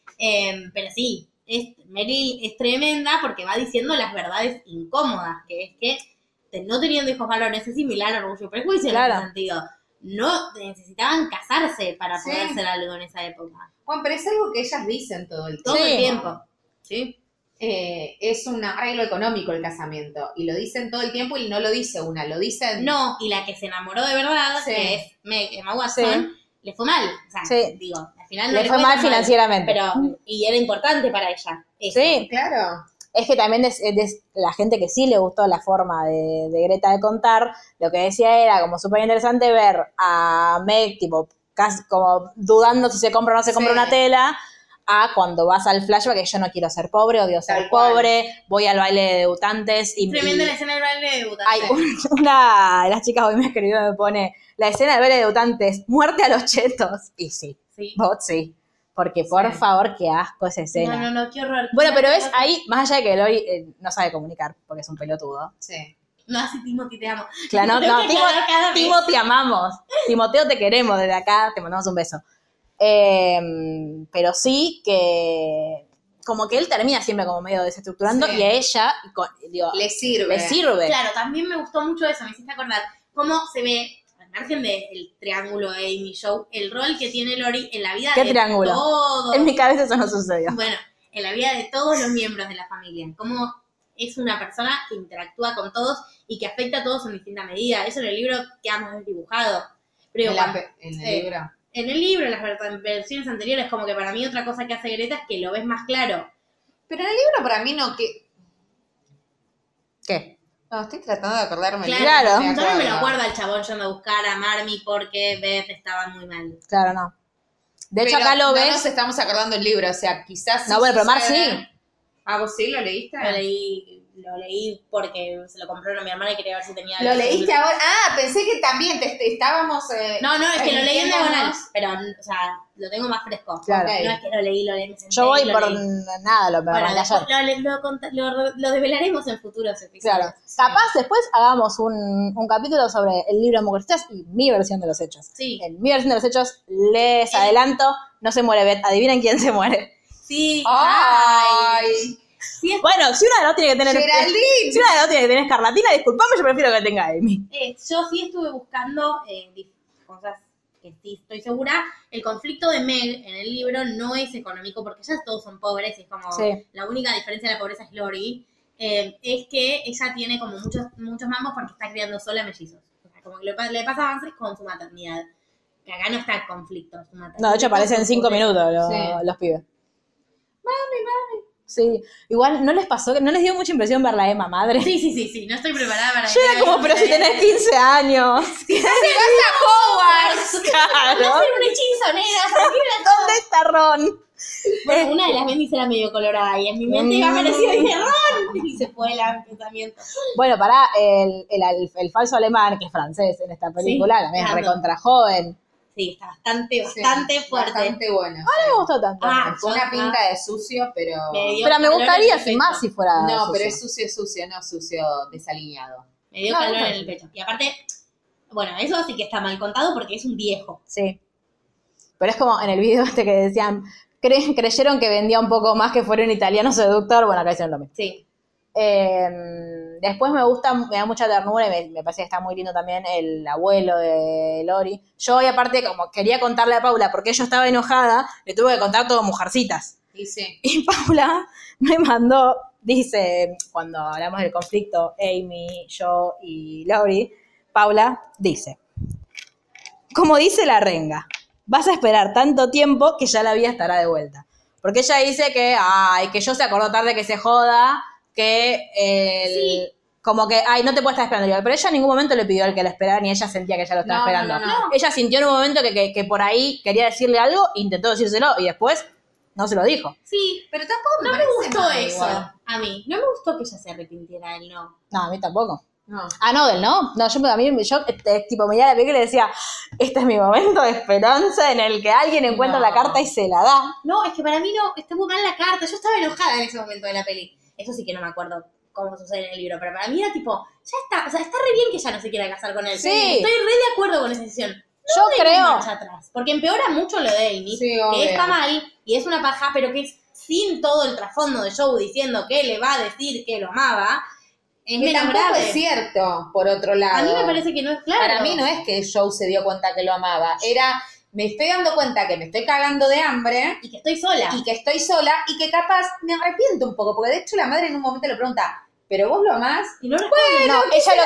Pero sí, Meryl es tremenda porque va diciendo las verdades incómodas, que es que no teniendo hijos varones es similar a Orgullo y Prejuicio en ese sentido. No necesitaban casarse para poder hacer algo en esa época. Bueno, pero es algo que ellas dicen todo el tiempo. Todo el tiempo, ¿sí? Es un arreglo económico el casamiento, y lo dicen todo el tiempo y no lo dice una, lo dicen... No, y la que se enamoró de verdad, que es Emma Watson, le fue mal. O sea, digo, al final no le fue mal financieramente. Y era importante para ella. Eso. Sí, claro. Es que también es la gente que sí le gustó la forma de Greta de contar, lo que decía era como súper interesante ver a Meg, tipo, casi como dudando si se compra o no se compra una tela, a cuando vas al flashback que yo no quiero ser pobre, odio ser pobre, voy al baile de debutantes. Tremenda la escena del baile de debutantes. Hay una de las chicas hoy me escribió, me pone, la escena del baile de debutantes, muerte a los chetos. Y sí. Porque, por favor, qué asco esa escena. No, qué horror. Bueno, pero es ahí, más allá de que Lori no sabe comunicar, porque es un pelotudo. Sí. No, así Timothy te amo. Claro, Timothy te amamos. Timoteo te queremos desde acá, te mandamos un beso. Pero sí que como que él termina siempre como medio desestructurando y a ella digo, le sirve. Claro, también me gustó mucho eso, me hiciste acordar cómo se ve, al margen del triángulo Amy Joe, el rol que tiene Lori en la vida ¿Qué de triángulo? todos. En mi cabeza eso no sucedió. Bueno, en la vida de todos los miembros de la familia, cómo es una persona que interactúa con todos y que afecta a todos en distinta medida. Eso en el libro queda más dibujado. Pero en el libro. En el libro, en las versiones anteriores, como que para mí otra cosa que hace Greta es que lo ves más claro. Pero en el libro para mí no, ¿Qué? No, estoy tratando de acordarme. Claro. Yo no me lo acuerdo al chabón yendo a buscar a Marmee porque Beth estaba muy mal. Claro, no. De hecho, acá lo ves. No nos estamos acordando del libro, o sea, quizás... No, bueno, pero Mar sí. Ah, ¿vos sí lo leíste? Lo leí porque se lo compraron a mi hermana y quería ver si tenía... ¿Lo leíste ahora? Ah, pensé que también estábamos... No, es que lo leí en diagonal, pero, o sea, lo tengo más fresco. Claro. Okay. No es que lo leí, me senté. Yo voy por leí. nada, lo develaremos en futuros episodios. Claro. Capaz después hagamos un capítulo sobre el libro de Mujercitas y mi versión de los hechos. Sí. En mi versión de los hechos, les adelanto, no se muere Beth. Adivinen quién se muere. Sí. ¡Ay! Sí, bueno, si una de dos tiene que tener... Geraldine. Si una de dos tiene que tener escarlatina, disculpame, yo prefiero que tenga Amy. Yo sí estuve buscando cosas que sí estoy segura. El conflicto de Meg en el libro no es económico porque ya todos son pobres y es como la única diferencia de la pobreza es Lori. Es que ella tiene como muchos mambos porque está criando sola mellizos. O sea, como que le pasa avances con su maternidad. Que acá no está el conflicto. No, de hecho aparecen 5 minutos los pibes. Mami. Sí, igual no les pasó, no les dio mucha impresión ver la Emma madre. Sí, no estoy preparada para Yo era como, pero si tenés 15 años. ¡Si vas a Hogwarts! Claro. No ser una hechizonera, ¿por qué la ¿Dónde está Ron? Bueno, una de las Bendis era medio colorada y en mi mente iba aparecido y dije ¡Ron! Y se fue el pensamiento. Bueno, pará, el falso alemán, que es francés en esta película, Sí, también es claro. recontra joven. Sí, está bastante fuerte. Bastante bueno. No me gustó tanto. Con una pinta de sucio, pero... Pero me gustaría más si fuera No, sucio. pero es sucio, no sucio desalineado. Me dio No, calor no, en el pecho. Y aparte, bueno, eso sí que está mal contado porque es un viejo. Sí. Pero es como en el video que decían, creyeron que vendía un poco más que fuera un italiano seductor. Bueno, acá hicieron lo mismo. Sí. Después me da mucha ternura y me parece que está muy lindo también el abuelo de Lori. Yo hoy aparte como quería contarle a Paula porque yo estaba enojada, le tuve que contar todo Mujercitas. Y sí. Y Paula me mandó, dice, cuando hablamos del conflicto, Amy, yo y Lori, Paula dice, como dice la renga, vas a esperar tanto tiempo que ya la vida estará de vuelta. Porque ella dice que yo se acordó tarde que se joda, que Sí. como que, no te puedes estar esperando. Pero ella en ningún momento le pidió al que la esperara, ni ella sentía que ella lo estaba esperando. No. Ella sintió en un momento que por ahí quería decirle algo, intentó decírselo y después no se lo dijo. Sí, Pero tampoco no me parece gustó mal eso. igual. A mí. No me gustó que ella se arrepintiera él, no. No, a mí tampoco. No. Nodel, ¿no? No, yo tipo miraba la película y le decía, este es mi momento de esperanza en el que alguien encuentra No. la carta y se la da. No, es que para mí no, está muy mal la carta. Yo estaba enojada en ese momento de la peli. Eso sí que no me acuerdo cómo sucede en el libro, pero para mí era tipo, ya está, o sea, está re bien que ella no se quiera casar con él. Sí. Estoy re de acuerdo con esa decisión. Yo No creo... marcha atrás, porque empeora mucho lo de Amy, Sí, que obvio. está mal y es una paja, pero que es sin todo el trasfondo de Joe diciendo que le va a decir que lo amaba, es Que menos tampoco grave. es cierto, por otro lado. A mí me parece que no es claro. Para mí no es que Joe se dio cuenta que lo amaba, era, me estoy dando cuenta que me estoy cagando de hambre Y que estoy sola. y que estoy sola y que capaz me arrepiento un poco, porque de hecho la madre en un momento le pregunta, ¿pero vos lo amás? Y no responde. No,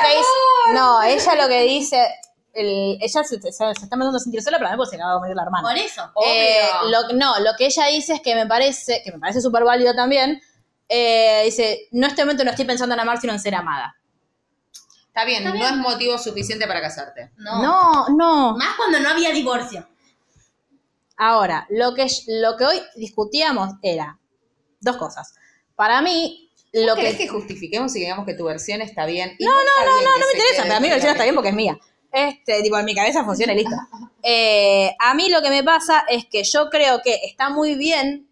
ella lo que dice, ella se está mandando a sentir sola, pero a mí porque se acaba de morir la hermana. Por eso. Obvio. Lo que ella dice es que me parece súper válido también, dice, no este momento no estoy pensando en amar, sino en ser amada. Está bien, Está no bien. es motivo suficiente para casarte. No. Más cuando no había divorcio. Ahora, lo que hoy discutíamos era dos cosas. Para mí, lo ¿Querés que... que justifiquemos y digamos que tu versión está bien? No me interesa, pero a mí mi versión está bien porque es mía. Tipo, en mi cabeza funciona y listo. A mí lo que me pasa es que yo creo que está muy bien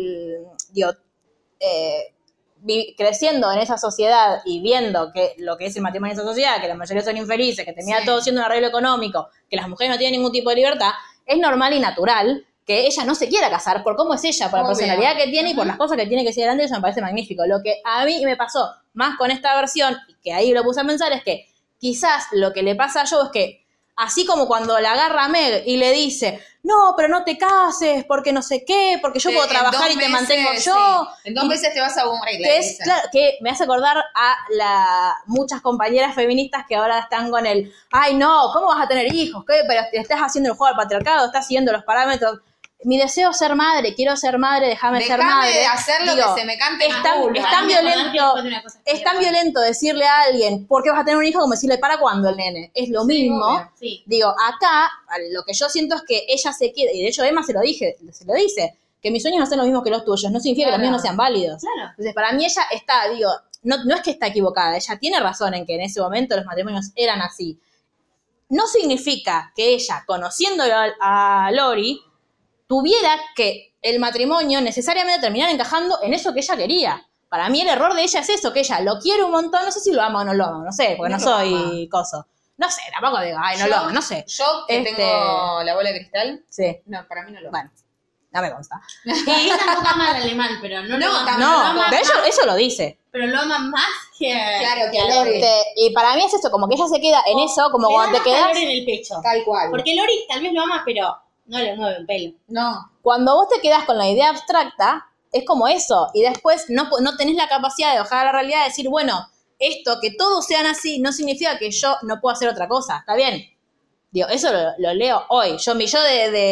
creciendo en esa sociedad y viendo que lo que es el matrimonio en esa sociedad, que la mayoría son infelices, que termina Sí. todo siendo un arreglo económico, que las mujeres no tienen ningún tipo de libertad, es normal y natural que ella no se quiera casar por cómo es ella, por la Obvio. personalidad que tiene y por las cosas que tiene que seguir adelante. Eso me parece magnífico. Lo que a mí me pasó más con esta versión, y que ahí lo puse a pensar, es que quizás lo que le pasa a Joe es que, así como cuando la agarra a Meg y le dice, no, pero no te cases, porque no sé qué, porque yo puedo trabajar y te mantengo yo. Sí. En 2 meses te vas a aburrir. Que es, claro, que me hace acordar a muchas compañeras feministas que ahora están con el, ay no, ¿cómo vas a tener hijos? ¿Qué? Pero te estás haciendo el juego al patriarcado, estás siguiendo los parámetros. Mi deseo es ser madre, quiero ser madre, déjame ser madre. de hacer lo Digo, que se me cante es el tan- culo. es tan Me acordar que violento, después de una cosa Es tan violento decirle a alguien, ¿por qué vas a tener un hijo? Como decirle, ¿para cuándo el nene? Es lo mismo. obvio. Sí. Digo, acá, lo que yo siento es que ella se queda, y de hecho Emma se lo dice, que mis sueños no sean los mismos que los tuyos, no significa que los míos no sean válidos. Claro. Entonces, para mí ella está, no es que está equivocada, ella tiene razón en que en ese momento los matrimonios eran así. No significa que ella, conociendo a Lori, tuviera que el matrimonio necesariamente terminar encajando en eso que ella quería. Para mí el error de ella es eso, que ella lo quiere un montón, no sé si lo ama o no lo ama, no sé, porque no No lo soy coso. No sé, tampoco digo, ay, no lo ama, no sé. Yo que tengo la bola de cristal, Sí, no, para mí no lo ama. bueno, no me consta. Ella tampoco ama al alemán, pero no, No, lo ama, tampoco. lo No, ama pero más, eso lo dice. pero lo ama más que Claro, que a a Lori. Y para mí es eso, como que ella se queda en eso, como Le da cuando te más quedas... calor en el pecho. Tal cual. Porque Lori tal vez lo ama, pero no le mueve un pelo. No. Cuando vos te quedás con la idea abstracta, es como eso. Y después no tenés la capacidad de bajar a la realidad y decir, bueno, esto, que todos sean así, no significa que yo no puedo hacer otra cosa. ¿Está bien? Digo, eso lo leo hoy. Mi yo de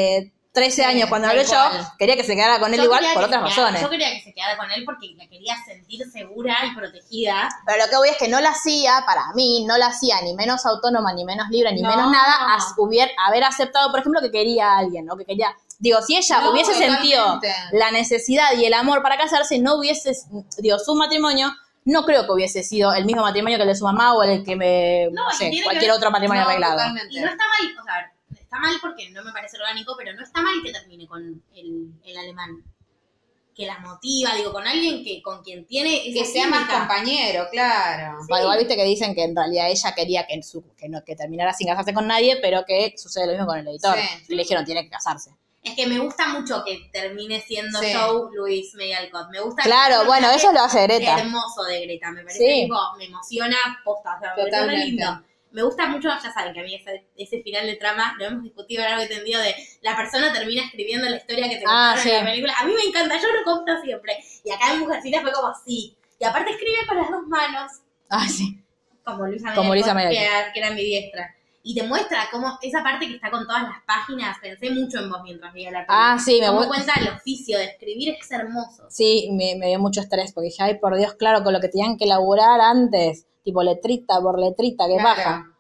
13 años cuando hablé yo, quería que se quedara con él igual por otras razones. Yo quería que se quedara con él porque la quería sentir segura y protegida. Pero lo que voy es que no la hacía, para mí, no la hacía ni menos autónoma, ni menos libre, ni menos nada, haber aceptado, por ejemplo, que quería a alguien, ¿no? Que quería... Digo, si ella hubiese sentido la necesidad y el amor para casarse, no hubiese... Digo, su matrimonio... No creo que hubiese sido el mismo matrimonio que el de su mamá o el que no sé, cualquier otro matrimonio arreglado. Totalmente. Y no está mal, o sea, está mal porque no me parece orgánico, pero no está mal que termine con el alemán. Que la motiva, digo, con alguien con quien tiene esa que sea química. más compañero, claro. Sí. Bueno, igual viste que dicen que en realidad ella quería que terminara sin casarse con nadie, pero que sucede lo mismo con el editor. Sí. Y le dijeron, tiene que casarse. Es que me gusta mucho que termine siendo Joe Luis Medialcott. Me gusta. Claro, bueno, eso lo hace Greta. Hermoso de Greta, me parece tipo, me emociona posta, o sea, me parece re lindo. Me gusta mucho, ya saben que a mí ese final de trama, lo hemos discutido a largo y tendido de la persona termina escribiendo la historia que te contaron en la película. A mí me encanta, yo lo compro siempre. Y acá en Mujercitas fue como sí. Y aparte escribe con las dos manos. Ah, sí. Como Luisa Medialcott, que era mi diestra. Y te muestra cómo esa parte que está con todas las páginas, pensé mucho en vos mientras veía la película. Ah, sí, me cuenta el oficio de escribir es hermoso. Sí, me dio mucho estrés, porque dije, ay, por Dios, claro, con lo que tenían que elaborar antes, tipo letrita por letrita, que baja.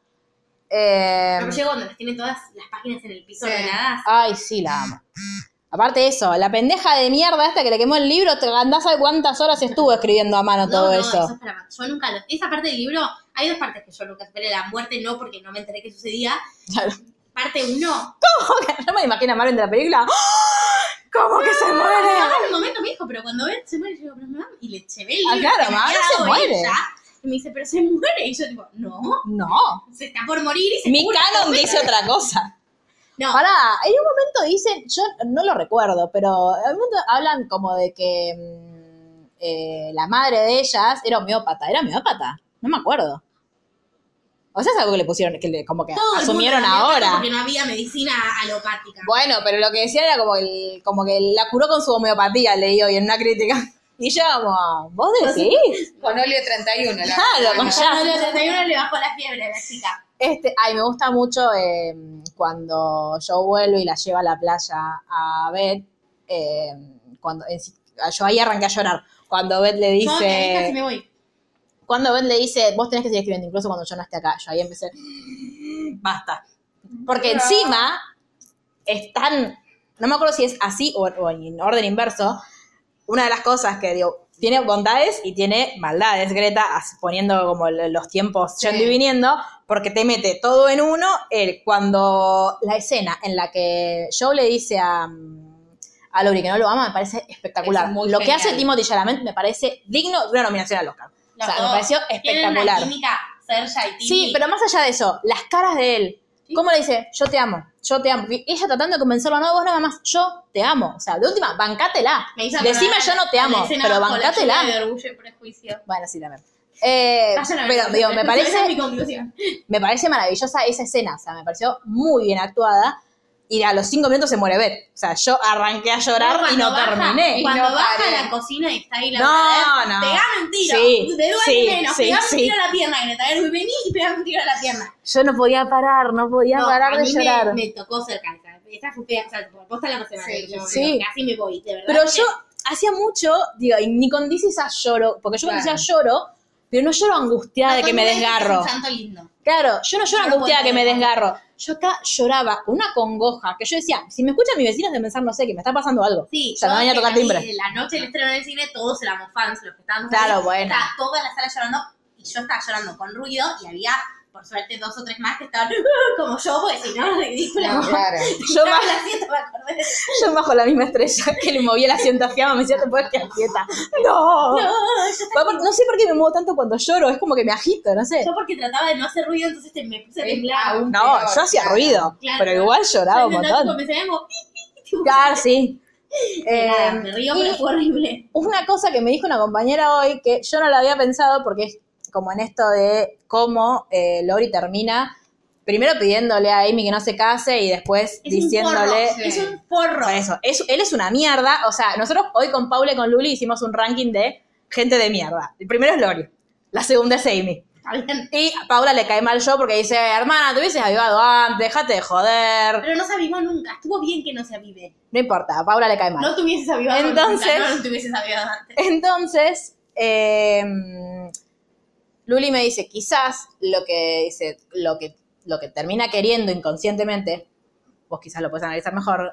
Pero llegó cuando las tiene todas las páginas en el piso ordenadas. Ay, sí, la amo. Aparte de eso, la pendeja de mierda esta que le quemó el libro, andás a cuántas horas estuvo escribiendo a mano todo eso. Eso es para más. Yo nunca esa parte del libro, hay dos partes que yo nunca esperé, la muerte no, porque no me enteré qué sucedía. Claro. Parte 1. ¿Cómo que? No me imagino a Marvin de la película. ¿Cómo que se muere? En un momento me dijo, pero cuando ven se muere, yo digo, pero mamá, y le llevé el libro. Claro, mamá se muere. Y me dice, pero se muere. Y yo digo, no. Se está por morir y se Mi canon dice otra cosa. No. Pará, en un momento dicen, yo no lo recuerdo, pero en un momento hablan como de que la madre de ellas era homeópata. ¿Era homeópata? No me acuerdo. O sea, es algo que le pusieron, como que todo asumieron ahora. Porque no había medicina alopática. Bueno, pero lo que decían era como que la curó con su homeopatía, leí hoy en una crítica. Y yo como, ¿vos decís? Con óleo 31. Claro, con óleo 31 le bajó la fiebre a la chica. Ay, me gusta mucho cuando Joe vuelve y la lleva a la playa a Beth. Yo ahí arranqué a llorar. Cuando Beth le dice... Yo casi me voy. Cuando Beth le dice, vos tenés que seguir escribiendo, incluso cuando yo no esté acá. Yo ahí empecé, basta. Porque encima están, no me acuerdo si es así o en orden inverso, una de las cosas que digo, tiene bondades y tiene maldades, Greta, poniendo como los tiempos yendo y viniendo, porque te mete todo en uno. Cuando la escena en la que Joe le dice a Laurie que no lo ama, me parece espectacular. Lo genial. Que hace Timothée Chalamet me parece digno de una nominación al Oscar. O sea, me pareció espectacular. Tienen una química, Serja y Timmy. Sí, pero más allá de eso, las caras de él. ¿Sí? ¿Cómo le dice? Yo te amo. Y ella tratando de convencerlo, no, vos nada más, yo te amo. O sea, de última, bancátela. Decime yo no te amo, pero bancátela. De Orgullo y Prejuicio. Bueno, sí, también. Pero digo, me parece maravillosa esa escena. O sea, me pareció muy bien actuada. Y a los 5 minutos se muere Beth. O sea, yo arranqué a llorar y no terminé. Cuando baja a la cocina y está ahí la mujer, pegame un tiro. De dudas y menos. Pegame un tiro a la pierna, Greta. Vení y pegame un tiro a la pierna. Yo no podía parar de llorar. Me tocó cerca. Esta fue fea. O sea, posta la pasé mal. Sí. Casi me voy, de verdad. Pero yo hacía mucho, digo, y ni con This Is Us lloro. Porque yo cuando decía lloro, pero no lloro angustiada de que me desgarro. Es un santo lindo. Claro, yo no lloro angustiada que me desgarro. Yo acá lloraba con una congoja que yo decía, si me escuchan mis vecinos de pensar, no sé, que me está pasando algo. Sí, o sea, me van a tocar timbre. La noche del estreno del cine, todos éramos fans, los que estábamos ahí. Bueno. Estaba toda la sala llorando y yo estaba llorando con ruido y había, por suerte, 2 o 3 más que estaban como yo, porque si no, ridícula. No, claro. Yo bajo la misma estrella que le movía el asiento a Fiamma, me decía, te puedes quedar quieta. No sé por qué me muevo tanto cuando lloro, es como que me agito, no sé. Yo porque trataba de no hacer ruido, entonces me puse a temblar. No, yo hacía ruido, pero igual lloraba un montón. Claro, sí. Me río, pero fue horrible. Una cosa que me dijo una compañera hoy, que yo no la había pensado porque es como en esto de cómo Laurie termina primero pidiéndole a Amy que no se case y después diciéndole... Es un porro. Por eso, él es una mierda. O sea, nosotros hoy con Paula y con Luli hicimos un ranking de gente de mierda. El primero es Laurie, la segunda es Amy. Está bien. Y a Paula le cae mal yo porque dice, hermana, te hubieses avivado antes, déjate de joder. Pero no se avivó nunca. Estuvo bien que no se avive. No importa, a Paula le cae mal. No te hubieses avivado Entonces- nunca. No te hubieses avivado antes. Entonces, Luli me dice, quizás lo que termina queriendo inconscientemente, vos quizás lo puedes analizar mejor,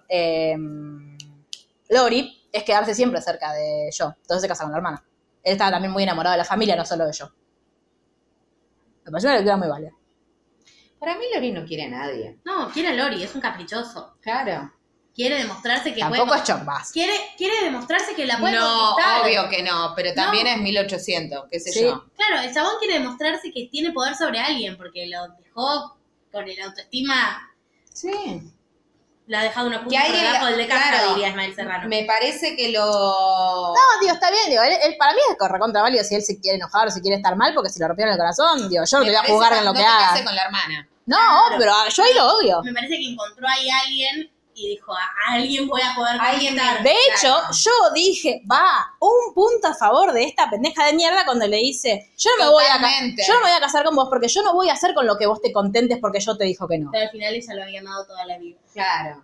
Lori, es quedarse siempre cerca de yo. Entonces se casa con la hermana. Él estaba también muy enamorado de la familia, no solo de yo. Me parece una lectura muy válida. Para mí Lori no quiere a nadie. No, quiere a Lori, es un caprichoso. Claro. Quiere demostrarse que Tampoco puede... es Chocbas. Quiere demostrarse que la puede No, conquistar. obvio que no, pero también No. es 1800, qué sé Sí. yo. Claro, el chabón quiere demostrarse que tiene poder sobre alguien, porque lo dejó con el autoestima, Sí. la ha dejado una Que puta por alguien debajo del de casa, claro, diría Ismael Serrano. Me parece que lo... No, digo, está bien, digo, él para mí es recontra válido si él se quiere enojar o si quiere estar mal, porque si lo rompieron el corazón, digo, yo no te voy a juzgar en lo que No te haga. cases con la hermana. No, Claro. pero yo ahí lo odio. Me parece que encontró ahí a alguien y dijo, a alguien voy a poder Alguien conquistar. De hecho, Claro. yo dije, un punto a favor de esta pendeja de mierda cuando le dice, yo no me voy Totalmente. a casar con vos porque yo no voy a hacer con lo que vos te contentes porque yo te dijo que no. Pero al final ella lo había amado toda la vida. Claro.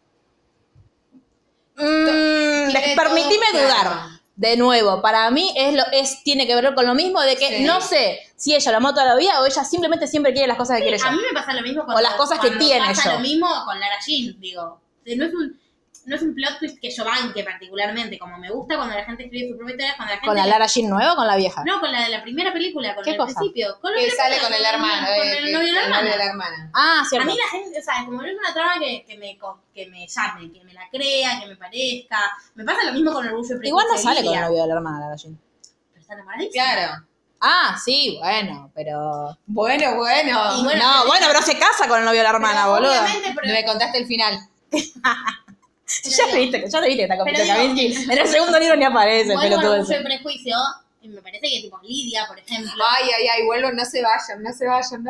Permitime todo, dudar. claro. De nuevo, para mí tiene que ver con lo mismo de que Sí. no sé si ella lo amó toda la vida o ella simplemente siempre quiere las cosas que quiere yo. A mí me pasa lo mismo O las cosas que cuando tiene pasa yo. lo mismo con Lara Jean, digo. No es un plot twist que yo banque particularmente, como me gusta cuando la gente escribe su propia historia, cuando la gente... ¿Con la Lara Jean nueva o con la vieja? No, con la de la primera película, con ¿Qué el cosa? principio. Con la Que primera sale película, con el hermano. Con el novio de la el novio de la hermana. hermana. Ah, A cierto. mí la gente, o sea, como no es una trama que me llame, que me la crea, que me parezca. Me pasa lo mismo con Orgullo y Prejuicio. Igual no de sale con el Lidia. novio de la hermana, Lara Jean. Pero está enamoradísima. Claro. Ah, sí, bueno, pero... Bueno. Y bueno, No, bueno, pero se casa con el novio de la hermana, pero boludo. obviamente, pero... No me contaste el final. Ya te viste esta copita Pero digo, Kavinsky. En el segundo libro ni aparece el Vuelvo a pelotudo Orgullo y ese. Prejuicio, y me parece que tipo Lidia, por ejemplo... Ay, vuelvo, no se vayan. No,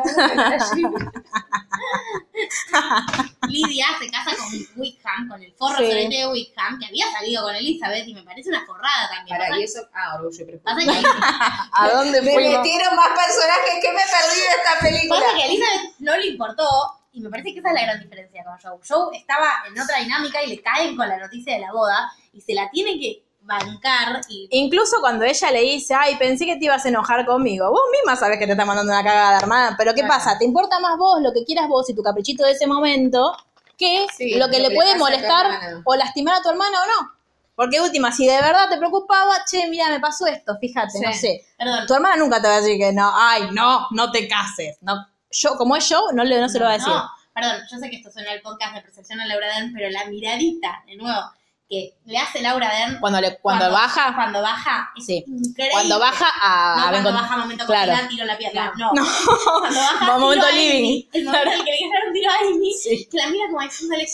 Lidia se casa con Wickham, con el forro Sí. solete de Wickham, que había salido con Elizabeth, y me parece una forrada también. Para, Pasa- y eso... Orgullo y Prejuicio. Pasa que, ¿A dónde Me fuimos? metieron más personajes que me perdí de esta película. pasa que a Elizabeth no le importó, y me parece que esa es la gran diferencia con Joe. Joe estaba en otra dinámica y le caen con la noticia de la boda, y se la tiene que bancar, y Incluso cuando ella le dice, ay, pensé que te ibas a enojar conmigo. Vos misma sabés que te está mandando una cagada, hermana. Pero ¿qué Claro. pasa? ¿Te importa más vos lo que quieras vos y tu caprichito de ese momento que Sí, lo que lo le que puede le pasa a tu molestar hermana. o lastimar a tu hermana o no? Porque última, si de verdad te preocupaba, che, mira, me pasó esto, fíjate, Sí. no sé. perdón, Tu hermana nunca te va a decir que no, ay, no te cases. No, yo, como es yo, no se lo va a decir. no, perdón, yo sé que esto suena al podcast de Percepción a Laura Dern, pero la miradita, de nuevo, que le hace Laura Dern Cuando baja, cuando baja, es Sí. increíble. cuando baja No, a... cuando baja momento Claro. cocina, tiro la pierna. No. Cuando baja, Momento tiro a living. Amy. El momento en el que le quiere dar un tiro a Amy, Sí. que la mira como diciéndole,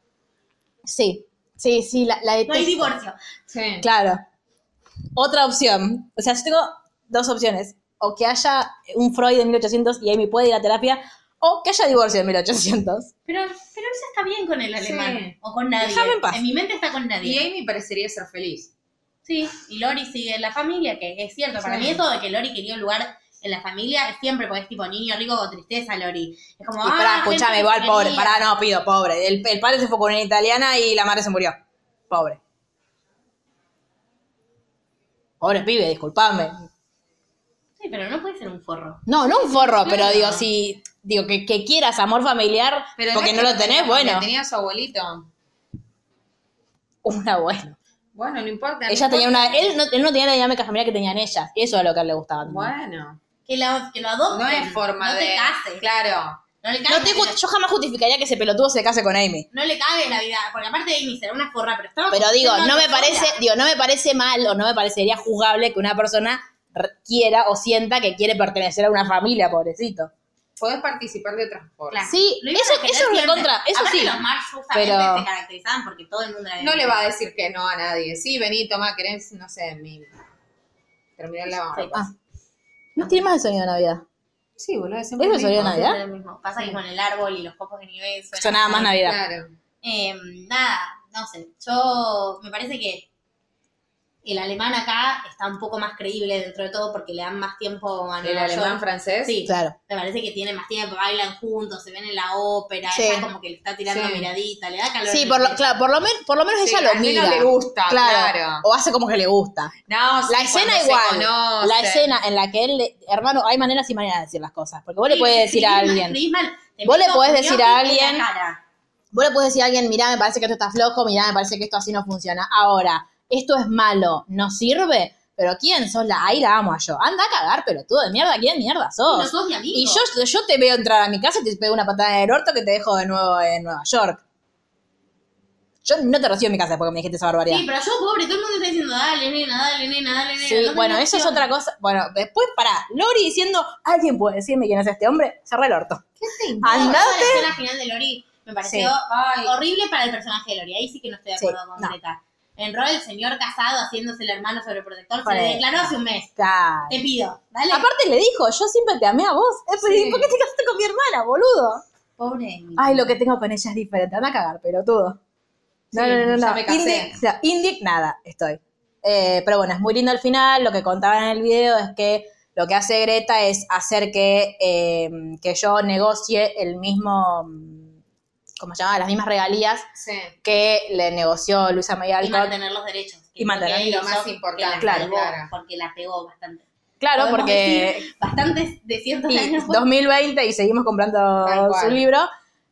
Sí, la no hay detesto. divorcio. Sí. Claro. Otra opción. O sea, yo tengo dos opciones. O que haya un Freud en 1800 y Amy puede ir a terapia, o que haya divorcio en 1800. Pero ella está bien con el alemán. Sí. O con nadie. Déjame en paz. En mi mente está con Y nadie. Amy parecería ser feliz. Sí, y Lori sigue en la familia, que es cierto. Para Sí. mí eso de que Lori quería un lugar en la familia es siempre, porque es tipo niño rico con tristeza, Lori. Es como, Y pará, gente escuchame, que igual pobre. quería. Pará, no, pido, pobre. El padre se fue con una italiana y la madre se murió. Pobre. Pobre pibe, disculpame. Sí, pero no puede ser un forro. No un forro, pero Claro. digo, si que quieras amor familiar Pero porque es no que lo tenés, tenía, bueno. porque tenía a su abuelito. Una buena. Bueno, no importa. no Ella tenía importa. él no tenía la dinámica familiar que tenían ellas. Eso es lo que a él le gustaba también. Bueno. Que lo adopten. No es forma no de... te cases. Claro. No le No cagues te la vida. yo jamás justificaría que ese pelotudo se case con Amy. No le cagues la vida. Porque aparte de Amy será una forra, pero estaba Pero digo, construyendo no me algo parece, sola. no me parece mal o no me parecería juzgable que una persona quiera o sienta que quiere pertenecer a una familia, pobrecito. Podés participar de otras formas. Claro. Sí, Lo iban eso a querer es siempre. recontra, eso Aparte sí. los Marsh justamente Pero- se caracterizaban porque todo el mundo era No le va a decir que no a nadie. Sí, vení, toma, querés, no sé, terminar la barba. Ah. No tiene más el sonido de Navidad. Sí, boludo, ¿Eso es sonido de Navidad? Lo mismo. Pasa que con el árbol y los copos de nieve Sonaba más Navidad. Claro. Nada, no sé. Yo me parece que El alemán acá está un poco más creíble dentro de todo porque le dan más tiempo a ¿El Nueva alemán York. francés? Sí, Claro. me parece que tiene más tiempo, bailan juntos, se ven en la ópera, Sí. ella como que le está tirando Sí. miradita, le da calor. Sí, en por el lo, pecho. claro, por lo menos Sí, ella lo al mira. menos le gusta, claro. O hace como que le gusta. No, sí, La escena cuando se igual. conocen. La escena en la que él hermano, hay maneras y maneras de decir las cosas. Porque vos le podés decir a alguien. Vos le podés decir a alguien. Vos le podés decir a alguien, mirá, me parece que esto está flojo, mirá, me parece que esto así no funciona. Ahora, esto es malo, ¿no sirve? Pero ¿quién sos? Ahí la amo a yo. Anda a cagar, pelotudo de mierda. ¿Quién mierda sos? No sos mi amigo. Y yo te veo entrar a mi casa y te pego una patada en el orto que te dejo de nuevo en Nueva York. Yo no te recibo en mi casa porque me dijiste esa barbaridad. Sí, pero yo, pobre, todo el mundo está diciendo, dale, nena. Sí, no bueno, tengo eso es opción. otra cosa. Bueno, después, pará, Lori diciendo, ¿alguien puede decirme quién es este hombre? Cerré el orto. La Andate. escena final de Lori me pareció horrible para el personaje de Lori. Ahí sí que no estoy de acuerdo con Greta. En rol, el señor casado haciéndose el hermano sobreprotector se le declaró hace un mes. Claro. Te pido, dale. Aparte le dijo, yo siempre te amé a vos. Sí. ¿Por qué te casaste con mi hermana, boludo? Pobre. Ay, lo que tengo con ella es diferente. Anda a cagar, pelotudo. No. ya me casé. Indignada estoy. Pero bueno, es muy lindo al final. Lo que contaban en el video es que lo que hace Greta es hacer que yo negocie el mismo, ¿cómo se llama? Las mismas regalías Sí. que le negoció Luisa May Y Alcott. mantener los derechos. que Y mantener es lo más que importante, la claro, pegó, claro. Porque la pegó bastante. Claro, Podemos porque decir bastantes de cientos de y años. 2020 y seguimos comprando Tal cual. su libro.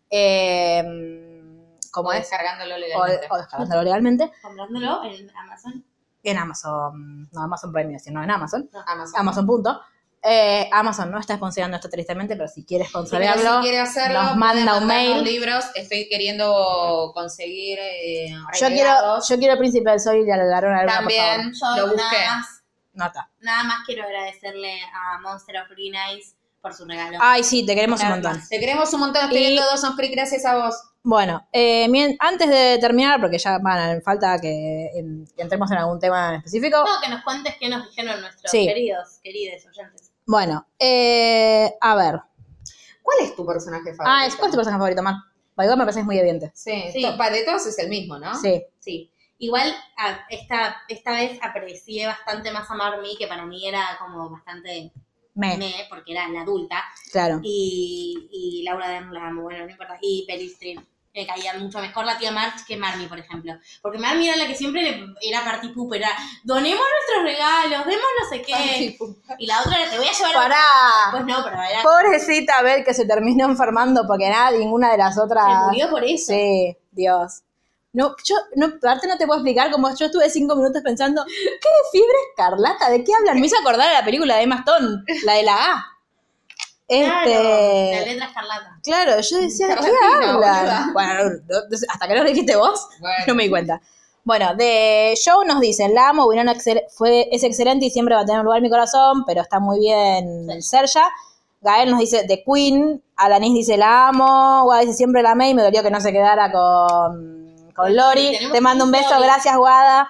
¿Cómo O es? descargándolo legalmente. O descargándolo legalmente. Comprándolo en Amazon. En Amazon, no Amazon Prime, sino en Amazon. Amazon. Amazon punto. Amazon no está sponsoreando esto tristemente, pero si quieres Pero sponsorearlo, si quiere hacerlo, nos puede manda un mandarnos mail. libros. Estoy queriendo conseguir Yo regalos. quiero el Príncipe del Sol y la Ladrona de la Luna, por También favor. Yo lo busqué. No está. Nada más quiero agradecerle a Monster of Green Eyes por su regalo. Ay, sí, te queremos un Claro, montón. Te queremos un montón, estoy Y- viendo Dawson's Creek gracias a vos. Bueno, antes de terminar, porque ya falta que entremos en algún tema en específico. No, que nos cuentes qué nos dijeron nuestros Sí. queridos oyentes. Bueno, a ver. ¿Cuál es tu personaje favorito? ¿Cuál es tu personaje favorito, Mar? Igual me parece muy evidente. Sí, Sí. de todos es el mismo, ¿no? Sí. Sí. Igual esta vez aprecié bastante más a Marmee, que para mí era como bastante porque era la adulta. Claro. Y Laura Dern la amo, bueno, no importa. Y Beryl Streep. Me caía mucho mejor la tía March que Marmee, por ejemplo. Porque Marmee era la que siempre era party pooper, era donemos nuestros regalos, demos no sé qué. Y la otra era, te voy a llevar ¡Pará! Pues no, pero era... Pobrecita Bel que se terminó enfermando porque ninguna de las otras. Se murió por eso. Sí, Dios. No, aparte no te puedo explicar, como yo estuve 5 minutos pensando, ¿qué fiebre escarlata? ¿De qué hablan? Me hizo acordar de la película de Emma Stone, la de la A. Claro, la letra escarlata. Claro, yo decía, ¿de qué Escarlatina, hablan? boluda. Bueno, hasta que no lo dijiste vos, Bueno. no me di cuenta. Bueno, de Joe nos dicen, la amo, Winona es excelente y siempre va a tener un lugar en mi corazón, pero está muy bien Sí. Serja. Gael nos dice, The Queen. Alanis dice, la amo. Guada dice, siempre la amé y me dolió que no se quedara con Lori. Tenemos Te mando un beso, Lori. gracias, Guada.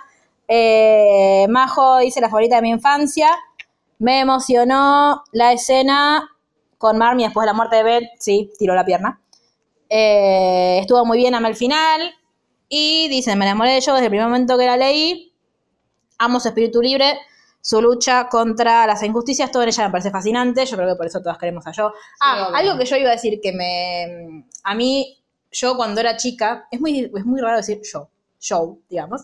Majo dice, la favorita de mi infancia. Me emocionó la escena con Marmee después de la muerte de Beth. Sí, tiró la pierna. Estuvo muy bien, amé el final. Y dicen, me enamoré de ellos desde el primer momento que la leí. Amo su espíritu libre, su lucha contra las injusticias, todo en ella me parece fascinante. Yo creo que por eso todas queremos a Joe. obvio. Algo que yo iba a decir que a mí, yo cuando era chica, es muy raro decir Joe, digamos.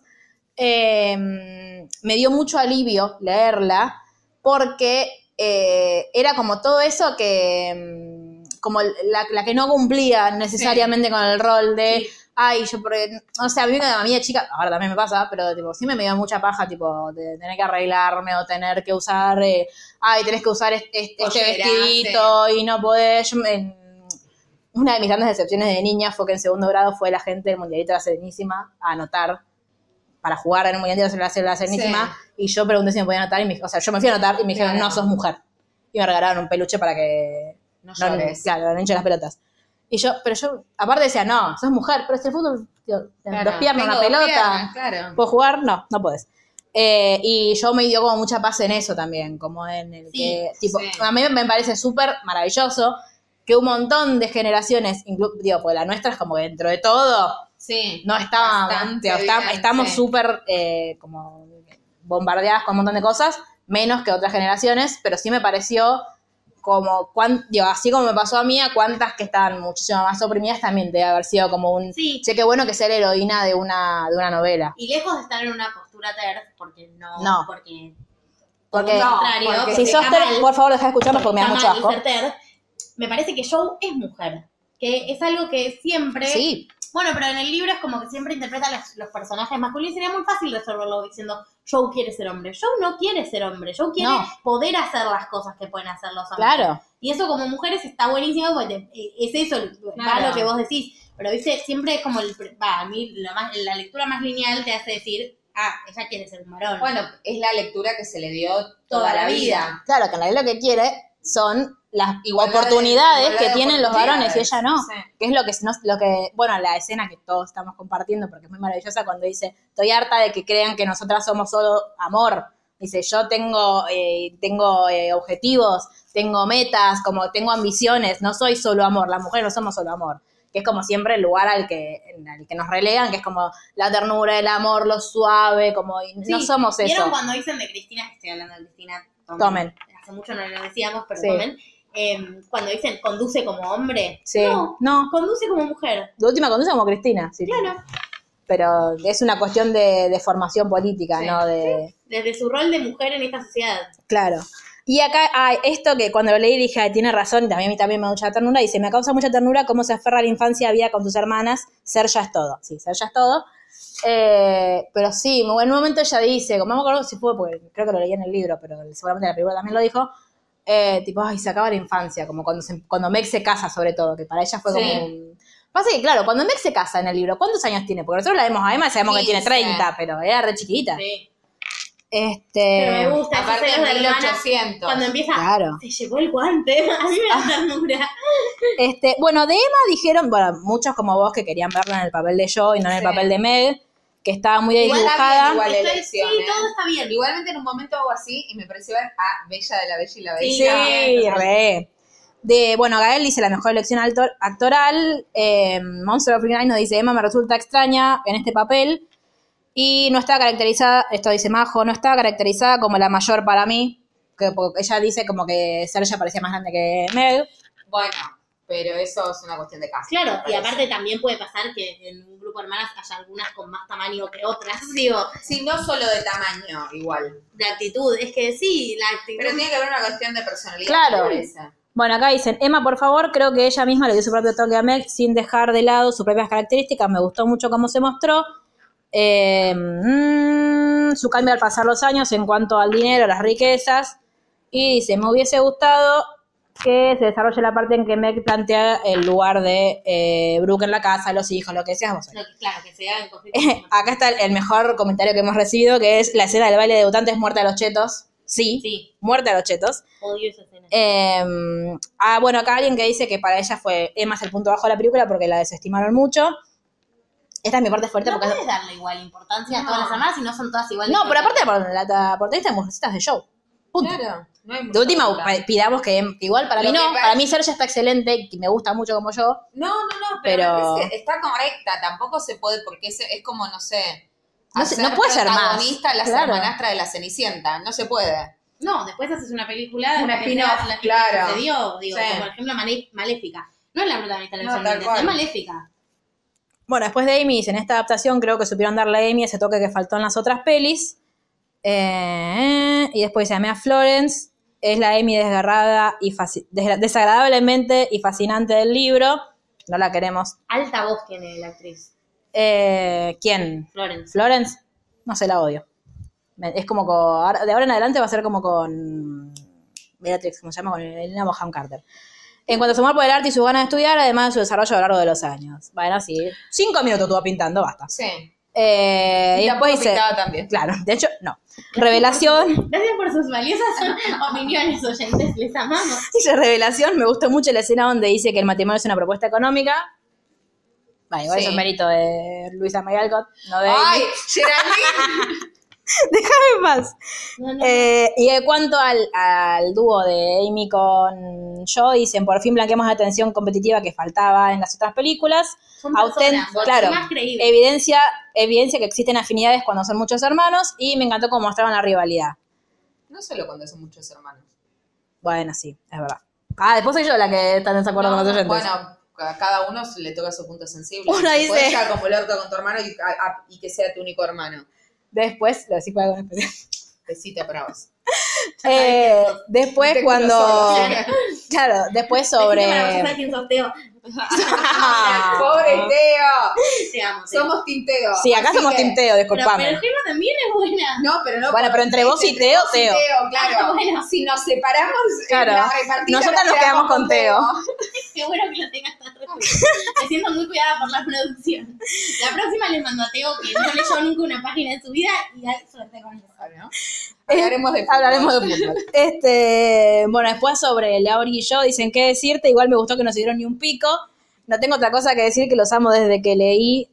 Me dio mucho alivio leerla porque era como todo eso que como la que no cumplía necesariamente con el rol de Sí. ay, yo porque, o sea, a mí de chica, ahora también me pasa, pero tipo, siempre me dio mucha paja, tipo, de tener que arreglarme o tener que usar, tenés que usar este Pollera, vestidito y no podés. Una de mis grandes decepciones de niña fue que en segundo grado fue la gente del Mundialito de la Serenísima a anotar para jugar en un Mundialito de la Serenísima y yo pregunté si me podían anotar y yo me fui a anotar y me dijeron, Claro. no, sos mujer. Y me regalaron un peluche para que No llores. claro, no hinche las pelotas. Pero yo, aparte decía, no, sos mujer, pero si el fútbol, tío, Claro. dos piernas, Tengo una dos pelota, piernas, claro. ¿puedo jugar? No podés. Y yo me dio como mucha paz en eso también, como en el Sí, que, tipo, sí. a mí me parece súper maravilloso que un montón de generaciones, porque la nuestra es como que dentro de todo, Sí. no estábamos, Bastante tío, bien, estamos sí. súper como bombardeadas con un montón de cosas, menos que otras generaciones, pero sí me pareció como, así como me pasó a mí, a cuantas que estaban muchísimo más oprimidas también debe haber sido como un... Sí. Che, qué bueno que ser heroína de una novela. Y lejos de estar en una postura TERF, porque No. Porque No, porque si sos TERF, por favor, deja de escucharnos porque me da mucho asco. Ser TERF, me parece que Joe es mujer, que es algo que siempre... Sí. Bueno, pero en el libro es como que siempre interpreta los personajes masculinos y sería muy fácil resolverlo diciendo Joe quiere ser hombre. Joe no quiere ser hombre. Joe quiere poder hacer las cosas que pueden hacer los hombres. Claro. Y eso como mujeres está buenísimo porque es eso, va lo que vos decís. Pero viste, siempre es como a mí la lectura más lineal te hace decir, ella quiere ser un varón. Bueno, es la lectura que se le dio toda la vida. Claro, que en realidad lo que quiere son las oportunidades que tienen los varones y ella no. Sí. Que es lo que, bueno, la escena que todos estamos compartiendo porque es muy maravillosa cuando dice, estoy harta de que crean que nosotras somos solo amor. Dice, yo tengo objetivos, tengo metas, como tengo ambiciones, no soy solo amor, las mujeres no somos solo amor. Que es como siempre el lugar al que nos relegan, que es como la ternura, el amor, lo suave, como no somos eso. ¿Vieron cuando dicen de Cristina? Estoy hablando de Cristina. Tomen. Hace mucho no lo decíamos, pero Sí. tomen. Cuando dicen conduce como hombre. Sí. No, conduce como mujer. De última conduce como Cristina, sí. Claro. Pero es una cuestión de formación política, Sí. ¿no? Desde su rol de mujer en esta sociedad. Claro. Y acá, esto que cuando lo leí dije, "Ay, tiene razón", y también a mí también me da mucha ternura, dice, me causa mucha ternura cómo se aferra a la infancia vida con sus hermanas, ser ya es todo. Sí, ser ya es todo. Pero sí, en un momento ella dice, como no me acuerdo si fue, porque creo que lo leí en el libro, pero seguramente la película también lo dijo, tipo, ay, se acaba la infancia, como cuando Meg se casa sobre todo, que para ella fue como un... Pasa que, claro, cuando Meg se casa en el libro, ¿cuántos años tiene? Porque nosotros la vemos a Emma y sabemos que tiene 30, pero era re chiquita. Sí. Pero me gusta Aparte esos en celos de hermana 1800. cuando empieza, Claro. se llevó el guante, a mí me da ternura. Bueno, de Emma dijeron, bueno, muchos como vos que querían verla en el papel de Jo y no en el Sí. papel de Meg, que estaba muy Igual dibujada. está bien, igual. Sí, elección, todo está bien. Igualmente en un momento hago así y me pareció ver a Bella de la Bella y la Sí, Bestia. Sí, re. Bueno, Gael dice la mejor elección actoral. Monster of Green nos dice, Emma me resulta extraña en este papel. Y no está caracterizada, esto dice Majo, no está caracterizada como la mayor para mí. Porque ella dice como que Cersei parecía más grande que Meg. Bueno, pero eso es una cuestión de casa. Claro, me y parece. aparte también puede pasar que en un grupo de hermanas haya algunas con más tamaño que otras, digo, Sí, no solo de tamaño, igual. de actitud. Es que sí, la actitud. Pero tiene que haber una cuestión de personalidad. Claro. me parece. Bueno, acá dicen, Emma, por favor, creo que ella misma le dio su propio toque a Meg sin dejar de lado sus propias características. Me gustó mucho cómo se mostró. Su cambio al pasar los años en cuanto al dinero, las riquezas. Y dice, me hubiese gustado que se desarrolle la parte en que Meg plantea el lugar de Brooke en la casa, los hijos, lo que decías vos. Claro, que se hagan conflictos. Acá está el mejor comentario que hemos recibido, que es la escena del baile de debutantes muerta a los chetos. Sí, Sí, muerta a los chetos. odio esa escena. Bueno, acá alguien que dice que para ella fue Emma es el punto bajo de la película porque la desestimaron mucho. Esta es mi parte fuerte No porque... puedes darle igual importancia a No. todas las hermanas si no son todas iguales. No, pero aparte por la portadista de Mujercitas de Show. Punto. Claro. No hay De mucha última, duda. pidamos que igual para Lo mí que no, pasa- para mí Sergio está excelente, que me gusta mucho como yo. No, Pero- me parece que está correcta, tampoco se puede, porque es como, no sé, No sé, no puede ser más. protagonista las Claro. hermanastras de la Cenicienta, no se puede. No, después haces una película. Una de spin-off, la que claro. sucedió, digo, Sí. como por ejemplo Maléfica. No es la protagonista de No, la tal es cual. Maléfica. Bueno, después de Amy, en esta adaptación creo que supieron darle a Amy ese toque que faltó en las otras pelis. Y después dice, Mea Florence es la Amy desgarrada y desagradablemente y fascinante del libro. No la queremos. Alta voz tiene la actriz. ¿Quién? Florence. ¿Florence? No sé, la odio. Es como de ahora en adelante va a ser como con Beatrix, como se llama, con Elena Bonham Carter. En cuanto a su amor por el arte y su ganas de estudiar, además de su desarrollo a lo largo de los años. Bueno, sí, 5 minutos estuvo pintando, basta. Sí. Y Y tampoco después dice, pintaba también. claro, de hecho, no. Revelación, Gracias por sus valiosas opiniones, oyentes. Les amamos. dice revelación, me gustó mucho la escena donde dice que el matrimonio es una propuesta económica. Bueno, igual Sí. eso es mérito de Luisa May Alcott, no de ¡Ay, Amy. Geraldine! Déjame en paz. No. Y en cuanto al dúo de Amy con Joe, dicen, por fin blanqueamos la tensión competitiva que faltaba en las otras películas. Son personas, Claro, más creíbles. evidencia que existen afinidades cuando son muchos hermanos, y me encantó cómo mostraban la rivalidad. No solo cuando son muchos hermanos. Bueno, sí, es verdad. Después soy yo la que está en desacuerdo con los oyentes. Bueno, a cada uno le toca su punto sensible. Uno dice- Puedes llegar como el orto con tu hermano y que sea tu único hermano. Después, lo decís para algo especial. Besita para vos. Después Te cuando... culo solo. Claro, después Para sobre... vosotras quién sos, Teo. Pobre Teo. Te amo, Teo. Somos Tinteo. Sí, acá Así somos que- Team Teo, Pero disculpame. Gemma también es buena. No, pero no. Bueno, por- pero entre vos y entre Teo, vos y Teo. claro. Ah, bueno. Si nos separamos, Claro. la repartida Nosotras nos quedamos con Teo. Qué bueno que lo tengas tan resuelto. Me siento muy cuidada por la producción. La próxima les mando a Teo que no leyó nunca una página en su vida y hay suerte con eso. ¿No? Hablaremos de fútbol. Hablaremos de fútbol. Bueno, después sobre Lauri y yo, dicen qué decirte. Igual me gustó que no se dieron ni un pico. No tengo otra cosa que decir, que los amo desde que leí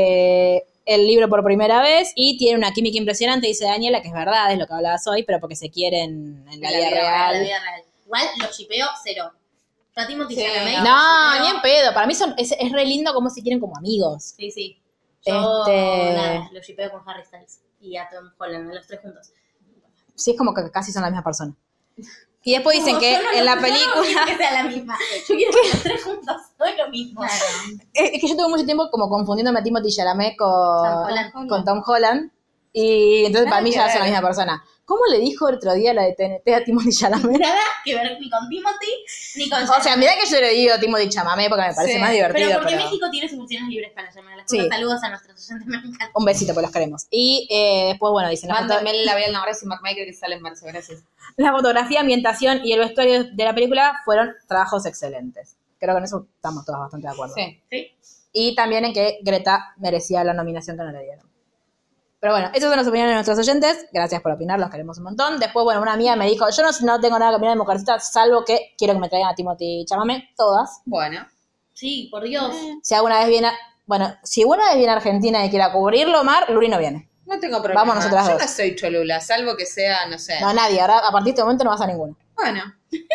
el libro por primera vez, y tiene una química impresionante, dice Daniela, que es verdad, es lo que hablabas hoy, pero porque se quieren en la vida La real. vida real. Igual los shipeo cero. Yo a Timothy Sí, Chalamet No, los ni shippeo. en pedo. Para mí es re lindo cómo se quieren como amigos. Sí, sí. Yo Este- nada, los shipeo con Harry Styles y a Tom Holland, a los tres juntos. Sí, es como que casi son la misma persona. Y después dicen No, que yo no en la yo no quiero película... que sea la misma. Yo quiero que los tres juntos no es lo mismo. Claro. Es que yo tuve mucho tiempo como confundiéndome a Timothy Chalamet Holland. con Tom Holland. Y entonces Nada para mí que ya son ver. la misma persona. ¿Cómo le dijo el otro día la de TNT a Timothy Chalamet? Nada que ver ni con Timothy ni con O sea, mirá que yo le digo Timothy Chalamet porque me parece Sí, más divertido. pero porque pero- México tiene sus funciones libres para llamar a las Sí. cosas. Saludos a nuestros oyentes mexicanos. Un besito, pues los queremos. Y después, bueno, dicen Mándenme el labial Norris y Mark Michael que sale en marzo. Gracias. la fotografía, ambientación y el vestuario de la película fueron trabajos excelentes. Creo que en eso estamos todos bastante de acuerdo. Sí. ¿Sí? Y también en que Greta merecía la nominación que no le dieron. Pero bueno, esas son las opiniones de nuestros oyentes. Gracias por opinar, los queremos un montón. Después, bueno, una amiga me dijo, yo no tengo nada que opinar de Mujercitas, salvo que quiero que me traigan a Timothy Chalamet, todas. Bueno. Sí, por Dios. Si alguna vez viene, si una vez viene a Argentina y quiera cubrirlo, Mar, Luri no viene. No tengo problema. Vamos nosotras Yo dos. no soy cholula, salvo que sea, no sé. No, nadie, ahora a partir de este momento no vas a ninguna. Bueno,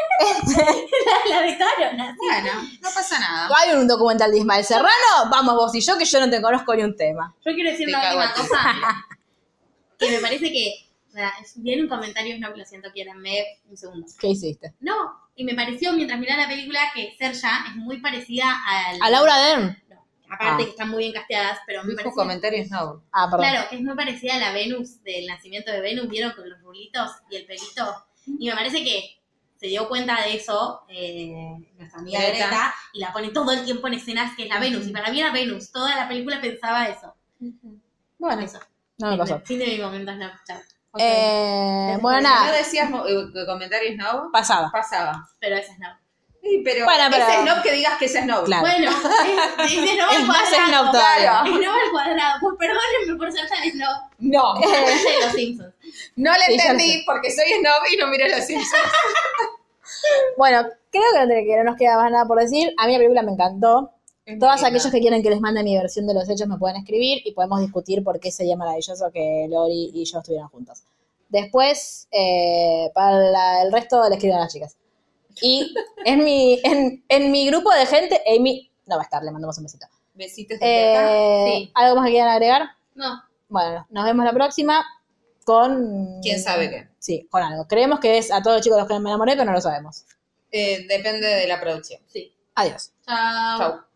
La vetaron así. bueno, no pasa nada. Hay un documental de Ismael Serrano, vamos vos y yo, que yo no te conozco ni un tema. Yo quiero decir Te una cago última a ti. cosa. Que me parece que. Viene un comentario, no lo siento, quieranme un segundo. ¿Qué hiciste? No, y me pareció mientras miraba la película que Serja es muy parecida A Laura Dern. No, aparte Ah. que están muy bien casteadas, pero me Dijo parece. comentarios no. Ah, perdón. Claro, que es muy parecida a la Venus del nacimiento de Venus, ¿vieron? Con los rulitos y el pelito. Y me parece que se dio cuenta de eso nuestra amiga Greta. Greta y la pone todo el tiempo en escenas que es la Venus. Y para mí era Venus. Toda la película pensaba eso. Bueno, Eso. no me pasó. Fin de mi momento, no. Chao. Bueno, Si nada, no decías comentarios no, pasaba. pasaba. Pero esa es no. Sí, pero, Bueno, pero- ese snob que digas que ese snob. Claro. Bueno, es no Es al más cuadrado. snob todavía. Es no al cuadrado. Pues perdónenme por ser tan snob. No, De los Simpsons. no le Sí, ya lo entendí sé. porque soy snob y no miro los Simpsons. Bueno, creo que no nos queda más nada por decir. A mí la película me encantó. Todos aquellos que quieran que les mande mi versión de los hechos me pueden escribir y podemos discutir por qué sería maravilloso que Lori y yo estuvieran juntos. Después, para el resto le escriben a las chicas. Y en mi grupo de gente, Amy no va a estar, le mandamos un besito. Besitos de acá. Sí. ¿Algo más que quieran agregar? No. Bueno, nos vemos la próxima con... ¿Quién sabe qué? Sí, con algo. Creemos que es a todos los chicos los que me enamoré, pero no lo sabemos. Depende de la producción. Sí. Adiós. Chao. Chau.